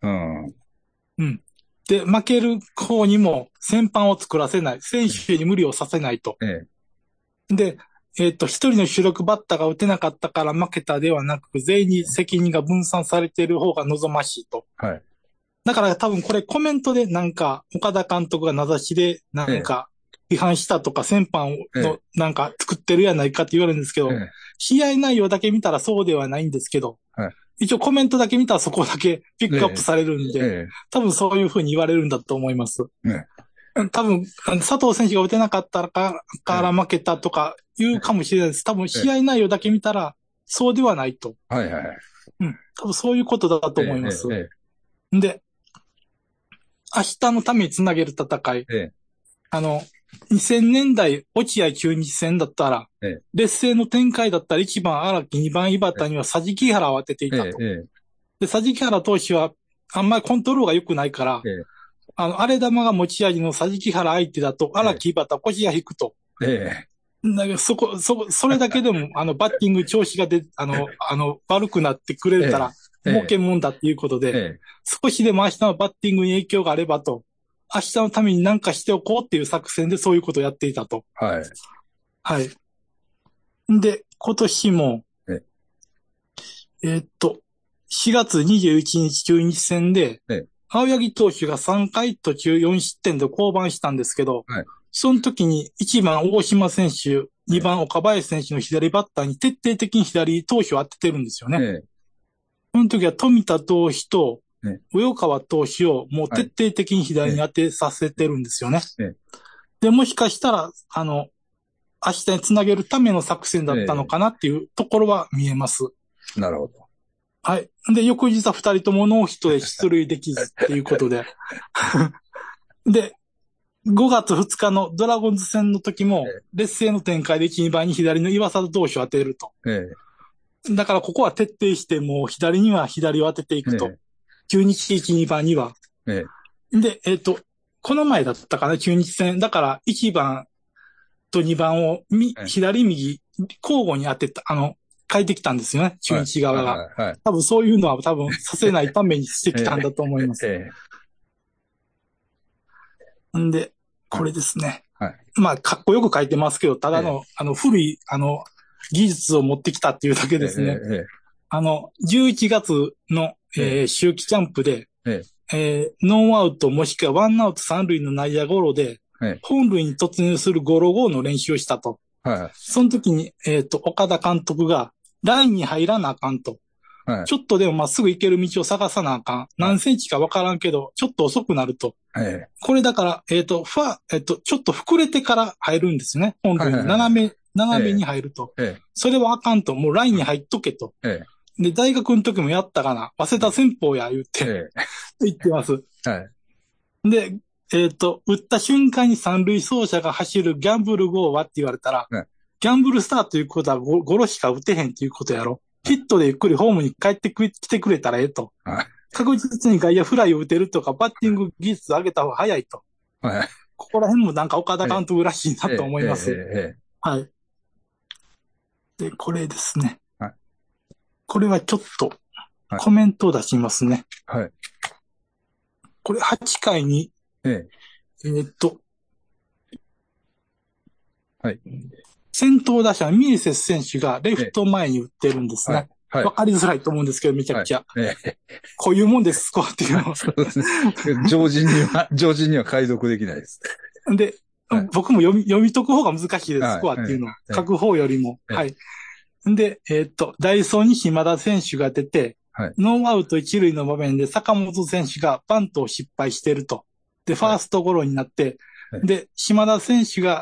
で、負ける方にも戦犯を作らせない。選手に無理をさせないと。で、一人の主力バッターが打てなかったから負けたではなく、全員に責任が分散されている方が望ましいと。だから多分これコメントでなんか、岡田監督が名指しでなんか批判したとか戦犯のなんか作ってるやないかって言われるんですけど、試合内容だけ見たらそうではないんですけど、一応コメントだけ見たらそこだけピックアップされるんで、多分そういうふうに言われるんだと思います。多分、佐藤選手が打てなかったから負けたとか言うかもしれないです。多分試合内容だけ見たらそうではないと。多分そういうことだと思います。で、明日のためにつなげる戦い。2000年代落合中日戦だったら、劣勢の展開だったら1番荒木、2番井端には佐治木原を当てていたと。で、佐治木原投手はあんまりコントロールが良くないから、荒れ玉が持ち味の佐治木原相手だと荒木井端腰が引くと。だからそれだけでもバッティング調子が悪くなってくれたら、儲けもんだっていうことで、少しでも明日のバッティングに影響があればと、明日のために何かしておこうっていう作戦でそういうことをやっていたと。で、今年も、 4月21日中日戦で、青柳投手が3回途中4失点で降板したんですけど、その時に1番大島選手、2番岡林選手の左バッターに徹底的に左投手を当ててるんですよね。その時は富田投手と上川投手をもう徹底的に左に当てさせてるんですよね。で、もしかしたら、明日につなげるための作戦だったのかなっていうところは見えます。 なるほど。 はい。で、翌日は2人ともノーヒットで出塁できずっていうことで。で、5月2日のドラゴンズ戦の時も、劣勢の展開で1、2番に左の岩貞投手を当てると。だからここは徹底してもう左には左を当てていくと。中日1、2番には。で、この前だったかな、中日戦。だから1番と2番を左右交互に当てた、変えてきたんですよね、中日側が。多分そういうのはさせないためにしてきたんだと思います。んで、これですね。まあ、かっこよく書いてますけど、ただの、古い、技術を持ってきたっていうだけですね。11月の、秋季キャンプで、ノーアウトもしくはワンアウト三塁の内野ゴロで、本塁に突入するゴロゴーの練習をしたと。その時に、岡田監督が、ラインに入らなあかんと。ちょっとでもまっすぐ行ける道を探さなあかん。何センチかわからんけど、ちょっと遅くなると。これだから、ちょっと膨れてから入るんですね。本塁に斜めに入ると。それはあかんと。もうラインに入っとけと。で、大学の時もやったかな。早稲田戦法や言って、言ってます。で、打った瞬間に三塁走者が走るギャンブルゴーはって言われたら、ギャンブルスターということはゴロしか打てへんということやろ。ヒットでゆっくりホームに帰ってきてくれたらええと。確実に外野フライを打てるとか、バッティング技術上げた方が早いと。ここら辺もなんか岡田監督らしいなと思います。はい。で、これですね。これはちょっとコメントを出しますね。これ8回に、先頭打者、ミエセス選手がレフト前に打ってるんですね。わかりづらいと思うんですけど、めちゃくちゃ。こういうもんです、スコアっていうのは。 そうですね。常人には解読できないです。 で、僕も読み解く方が難しいです、スコアっていうのは。書く方よりも。はい。で、ダイソーに島田選手が出て、ノーアウト一塁の場面で坂本選手がバントを失敗してると。で、ファーストゴロになって、で、島田選手が、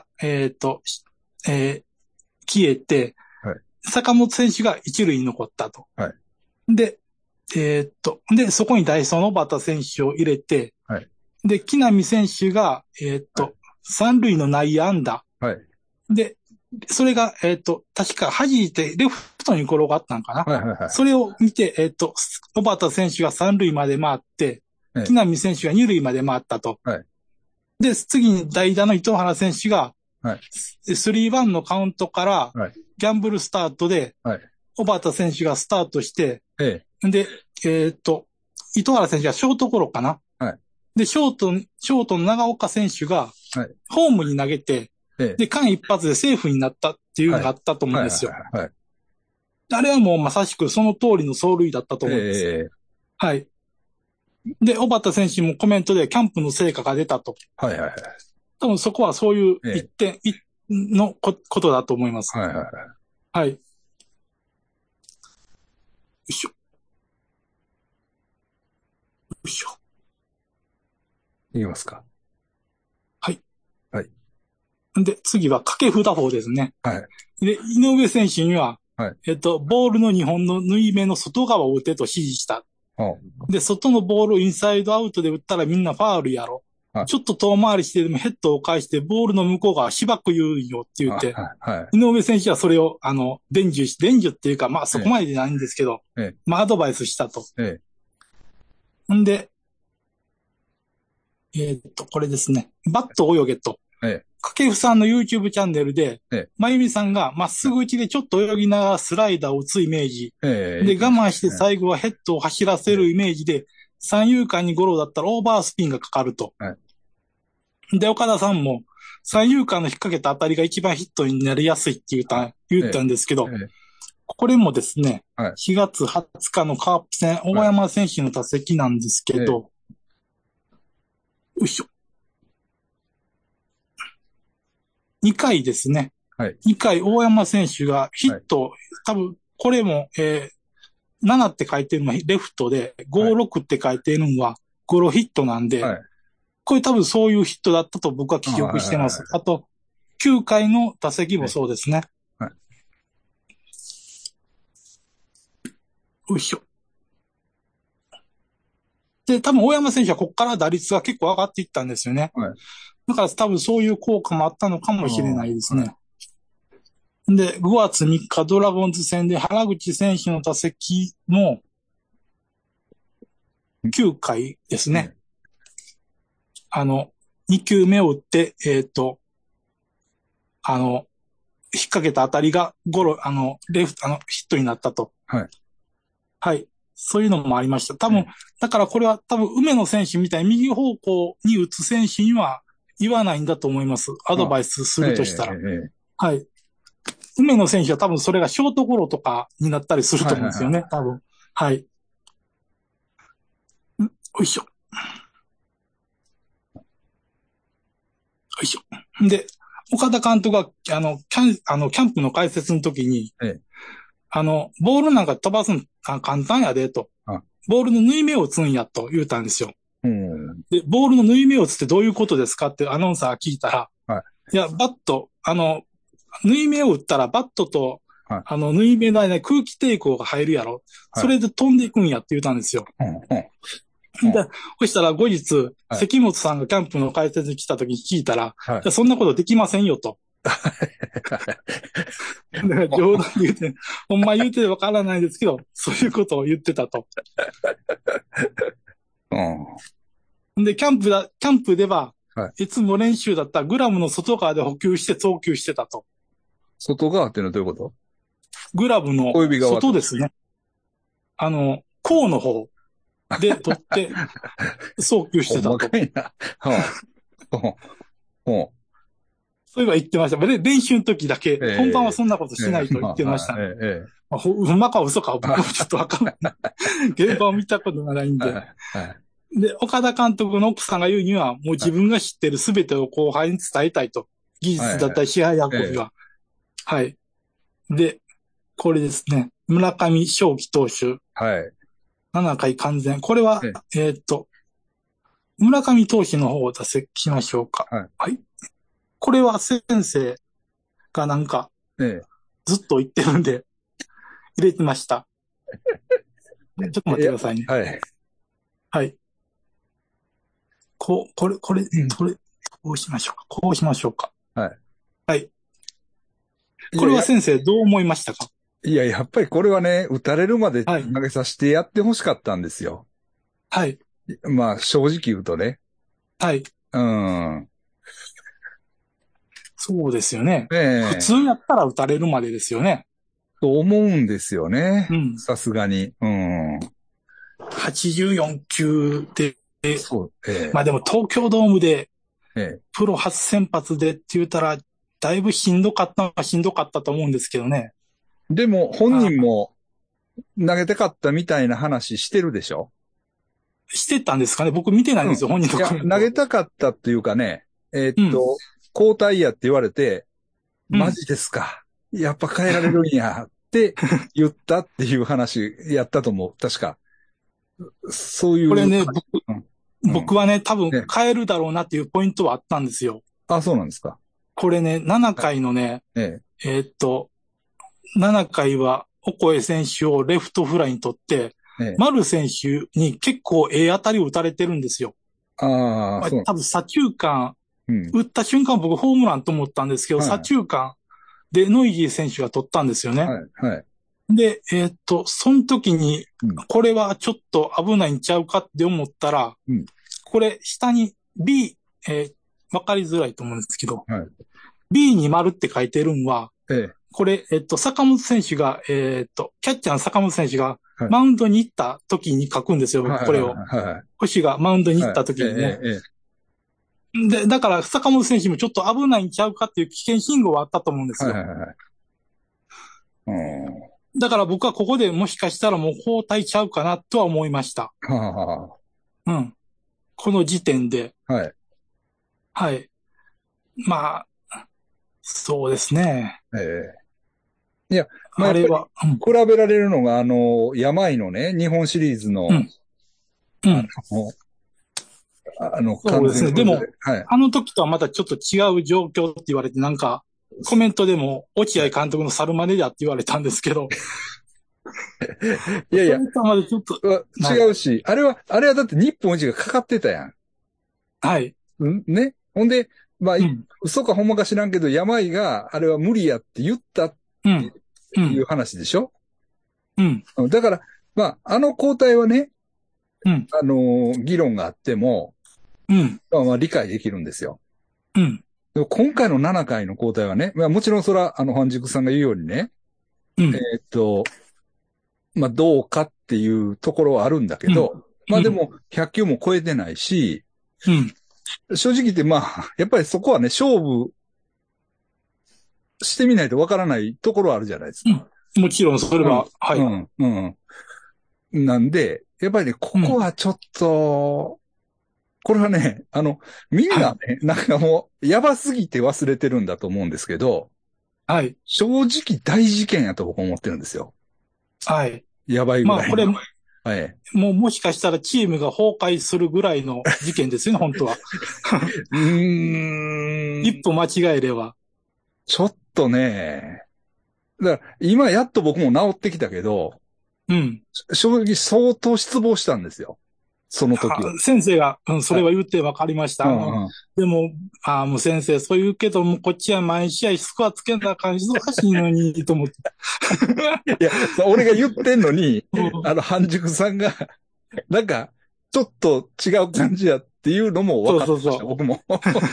消えて、坂本選手が一塁に残ったと。で、そこにダイソーの小畑選手を入れて、で、木浪選手が、三塁の内野安打。で、それが、確か弾いてレフトに転がったんかな。それを見て、小畑選手が三塁まで回って、木浪選手が二塁まで回ったと。で、次に代打の糸原選手が、3-1のカウントから、ギャンブルスタートで、小畑選手がスタートして、で、糸原選手がショートゴロかな。で、ショートの長岡選手が、ホームに投げて、で、間一発でセーフになったっていうのがあったと思うんですよ。あれはもうまさしくその通りの走塁だったと思うんです。はい。で、小畑選手もコメントでキャンプの成果が出たと。多分そこはそういう一点、のことだと思います。はい。よいしょ。よいしょ。 いきますか。 はい。で、次は掛布打法ですね。で、井上選手には、ボールの2本の縫い目の外側を打てと指示した。で、外のボールをインサイドアウトで打ったらみんなファールやろ。ちょっと遠回りしてでもヘッドを返してボールの向こう側しばく言うよって言って、井上選手はそれを、伝授っていうか、まあそこまでじゃないんですけど、まあアドバイスしたと。んで、これですね。バット泳げと。掛布さんの YouTube チャンネルで、まゆみさんがまっすぐ打ちでちょっと泳ぎながらスライダーを打つイメージ。で、我慢して最後はヘッドを走らせるイメージで、三遊間にゴロだったらオーバースピンがかかると。で、岡田さんも、三遊間の引っ掛けた当たりが一番ヒットになりやすいって言ったんですけど、 これもですね、 はい。 4月20日のカープ戦、大山選手の打席なんですけど、よいしょ。2回ですね。 はい。 2回大山選手がヒット、多分、これも、7って書いてるのはレフトで、56って書いてるのはゴロヒットなんで、これ多分そういうヒットだったと僕は記憶してます。あと、9回の打席もそうですね。 はい。 よいしょ。で、多分大山選手はここから打率が結構上がっていったんですよね。 はい。 だから多分そういう効果もあったのかもしれないですね。で、5月3日ドラゴンズ戦で原口選手の打席も9回ですね。2球目を打って、引っ掛けた当たりがレフト、ヒットになったと。 はい。 はい。そういうのもありました。多分、だからこれは多分、梅野選手みたいに右方向に打つ選手には言わないんだと思います。アドバイスするとしたら。はい。梅野選手は多分それがショートゴロとかになったりすると思うんですよね。多分。はい。よいしょ。よいしょ。で、岡田監督が、キャンプの解説の時に、ボールなんか飛ばすの簡単やでと。ボールの縫い目を打つんやと言うたんですよ。で、ボールの縫い目を打つってどういうことですかってアナウンサーが聞いたら、いや、バット、縫い目を打ったらバットと、縫い目の間に空気抵抗が入るやろ。それで飛んでいくんやって言ったんですよ。で、そしたら後日、関本さんがキャンプの解説に来た時に聞いたら、いやそんなことできませんよと。だから冗談言うて、ほんま言うてわからないですけど、そういうことを言ってたと。で、キャンプでは、いつも練習だったグラブの外側で補給して送球してたと。 外側っていうのはどういうこと？ グラブの外ですね。甲の方で取って送球してたと。そういえば言ってました。で、練習の時だけ、本番はそんなことしないと言ってました。ほんまか嘘か僕もちょっとわかんない。現場を見たことがないんで。で、岡田監督の奥さんが言うには、もう自分が知ってる全てを後輩に伝えたいと。技術だったり支配運びは。はい。で、これですね。村上正輝投手。 はい。 7回完全。これは、村上投手の方を出せきましょうか。はい。これは先生がなんか、ずっと言ってるんで、入れてました。ちょっと待ってくださいね。 はい。 はい。これ、こうしましょうか。こうしましょうか。 はい。 はい。これは先生どう思いましたか？ いや、やっぱりこれはね、打たれるまで投げさせてやってほしかったんですよ。 はい。 まあ、正直言うとね。 はい。そうですよね。普通やったら打たれるまでですよね。 と思うんですよね。さすがに。 84球で、まあでも東京ドームで、プロ初先発でって言ったら、だいぶしんどかったのはしんどかったと思うんですけどね。 でも本人も投げたかったみたいな話してるでしょ？ してたんですかね？僕見てないんですよ、本人のコメント。 投げたかったっていうかね、交代やって言われて、マジですか。やっぱ変えられるんやって言ったっていう話やったと思う。確か。そういう。 これね、僕はね、多分変えるだろうなっていうポイントはあったんですよ。 あ、そうなんですか。 これね、7回のね、7回は、オコエ選手をレフトフライにとって、丸選手に結構当たりを打たれてるんですよ。多分左中間、打った瞬間僕ホームランと思ったんですけど、左中間でノイジー選手が取ったんですよね。で、その時に、これはちょっと危ないんちゃうかって思ったら、これ下に B、わかりづらいと思うんですけど、B に丸って書いてるんは、これ、坂本選手が、キャッチャーの坂本選手が、マウンドに行った時に書くんですよ、僕これを。星がマウンドに行った時にね。で、だから坂本選手もちょっと危ないんちゃうかっていう危険信号はあったと思うんですよ。 だから僕はここでもしかしたらもう交代ちゃうかなとは思いました。 はあはうん。この時点で。 あ、はい。 はい。まあ、そうですね。 いや、まあやっぱり、 あれは、うん。 比べられるのが、病のね、日本シリーズの、 うん。うあん。 の、完そうですね。でも、 全崩れ。はい。 あの時とはまたちょっと違う状況って言われて、なんか、コメントでも、落合監督の猿真似だって言われたんですけど、 いやいや、 それとはまだちょっと、はい。 違うし、あれはだって日本一がかかってたやん。 はい。 ね。ほんで、まあ、 うん。 嘘かほんまか知らんけど、病があれは無理やって言ったってうん。ういうん。 話でしょ。 うん。 だから、まあ、交代はね、 うん。 議論があっても、 うん。 まあ理解できるんですよ。 うん。 でも今回の7回の交代はね、まあもちろんそれは、半熟さんが言うようにね、えうん。 ーっと、まあどうかっていうところはあるんだけうん。 ど、まあでも100球も超えてないし、 うん。 正直言ってまあ、やっぱりそこはね、勝負してみないとわからないところはあるじゃないですか。 うん。もちろん、それうん、 は、はい。 うん、うん。なんで、やっぱりね、こうん。 こはちょっと、これはね、みんはい。 なね、なんかもう、やばすぎて忘れてるんだと思うんですけど、 はい。 正直大事件やと僕は思ってるんですよ。 はい。 やばいぐまあ、これ、 らいの。 もはい。 もしかしたらチームが崩壊するぐらいの事件ですよね、本当は。 うーん。 一歩間違えれば。 ちょっとね、だから今やっと僕も治ってきたけど、 うん。 正直相当失望したんですよ。その時は。 先生が、うん、そはい。 れは言って分かりました。 うんうん。 でも、もう先生、そう言うけども、こっちは毎試合スコアつけなあかん忙しいのに、と思って。 いや、俺が言ってんのに、 うん、 半熟さんが、なんか、ちょっと違う感じやっていうのも分そうかってました、 そうそう。 僕も。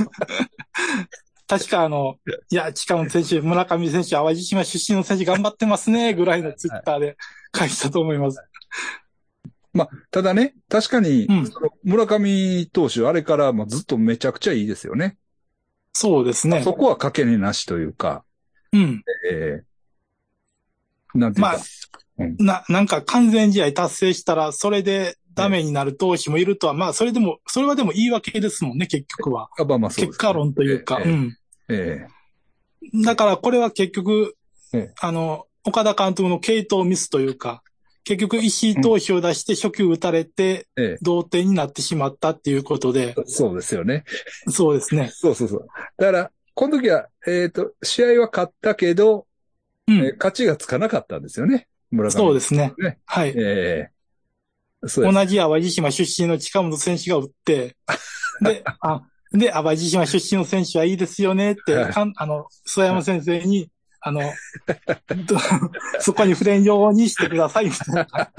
確かいや、近本選手、村上選手、淡路島出身の選手頑張ってますね、ぐらいのツイッはい。 ターで書いてたと思います。 まあ、ただね、確かに、 うん。 その村上投手、あれからもずっとめちゃくちゃいいですよね。 そうですね。 そこは賭けになしというか、 うん。 えなんていうまあ、 か、うん。 なんか完全試合達成したら、それでダメになる投手もいるとは、まあ、それはでも言い訳ですもんね、結局は。 まあそうですね。 結果論というか、うん。 えだからこれは結局、 え岡田監督の系統ミスというか、結局石井うん、 投手を出して初球打たれて、 え同点になってしまったっていうことで、 そうですよね。 そうですね。 そうそうそう。だから、この時は、試合は勝ったけど、 うん。 勝ちがつかなかったんですよね。村上そうですね。 ね。 はい。 そうです。 同じ淡路島出身の近本選手が打って、で、淡路島出身の選手はいいですよねって、 はい。 諏訪山先生に、あの、どそこに触れんようにしてください、みたいな感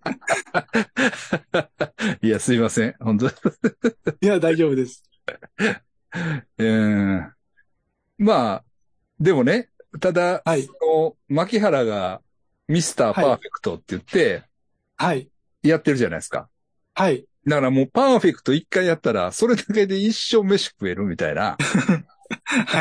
いや、すいません。本当。 じ。いや、大丈夫です。 えー、まあ、でもね、ただ、 はい。 牧原がミスターはい。 パーフェクトって言ってはい。 やってるじゃないですか。 はい。 だからもうパーフェクト一回やったら、それだけで一生飯食えるみたいな、 はい。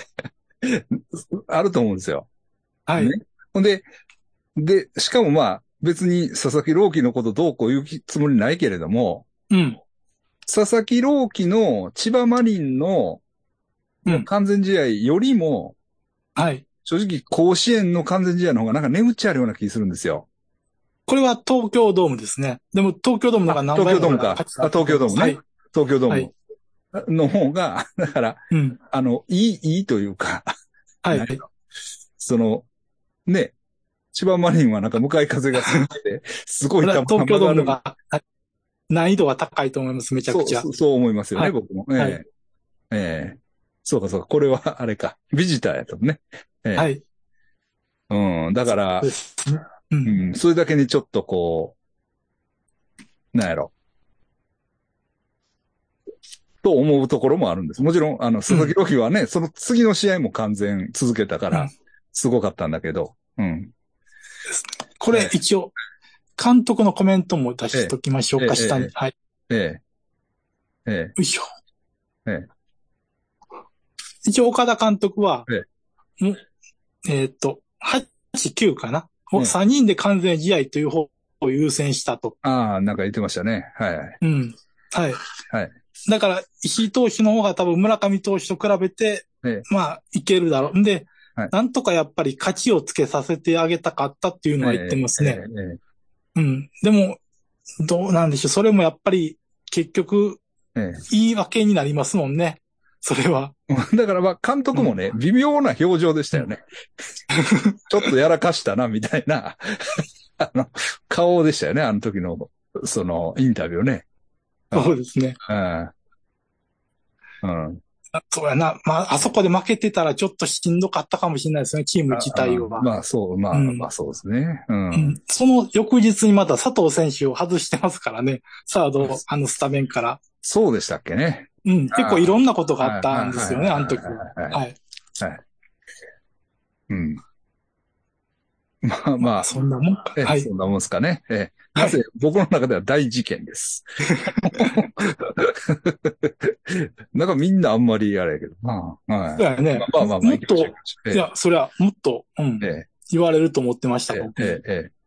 あると思うんですよ。ね。 はい。 ほんで、しかもまあ、別に佐々木朗希のことどうこう言うつもりないけれども、 うん。 佐々木朗希の千葉マリンのうん。 完全試合よりも、 はい。 正直甲子園の完全試合の方がなんか値打ちあるような気するんですよ。 これは東京ドームですね。でも東京ドームの方が何東倍も京ドームか。 価値があると東思います。は京ドームね。 い。 東京ドームはい。 の方が、だから、 うん。 いいというか、 はい。 なんやろその、ね、千葉マリンはなんか向かい風が吹いてて、すごい球が東京曲がる。 ドームの方が難易度は高いと思います。めちゃくちゃ。 そう思いますよね、 はい。 僕も。 はい。 ええそうかそうか。これは、あれか。ビジターやとね。えはい。 うん。だかそうら、 ですね。うん。 うん。それだけにちょっとこなんやろ。と思うところもあるんです。もちろん、佐々木うん。 朗希はね、その次の試合も完全続けたかうん。 ら、すごかったんだけど。うん。 ですね。これえ一応、監督のコメントも出え、えしときましょうえ、 か、下に。 えはい。 え、ええ、えよいしょ。 え、え一応、岡田監督は、 え、 もう8、9かな。 3人で完全試合という方を優先したと。 ああ、なんか言ってましたね。はい。 うん。はい。 はい。 だから、石井投手の方が多分村上投手と比べて、まあ、いけるだろう。んで、なんとかやっぱり勝ちをつけさせてあげたかったっていうのは言ってますね。うん。でも、どうなんでしょう。それもやっぱり、結局、言い訳になりますもんね。それは。 だからまあ、監督もね、微妙な表情でしたよね。ちょっとやらかしたな、みたいな、顔でしたよね、あの時の、その、インタビューね。 そうですね。 うん。 そうやな。まあ、あそこで負けてたらちょっとしんどかったかもしれないですね、チーム自体は。 まあ、そう、まあ、まあ、そうですね。うん。 その翌日にまた佐藤選手を外してますからね。サード、スタメンから。 そうでしたっけね。 うん。結構いろんなことがあったんですよね、あの時は。はい。 はい。うん。まあまあ。 そんなもんか。はい。 そんなもんですかね。なぜ、僕の中では大事件です。なんかみんなあんまりあれやけど。まあ、はい。 そうやね。 まあまあまあ。 もっと、いや、それはもっと、言われると思ってました、僕。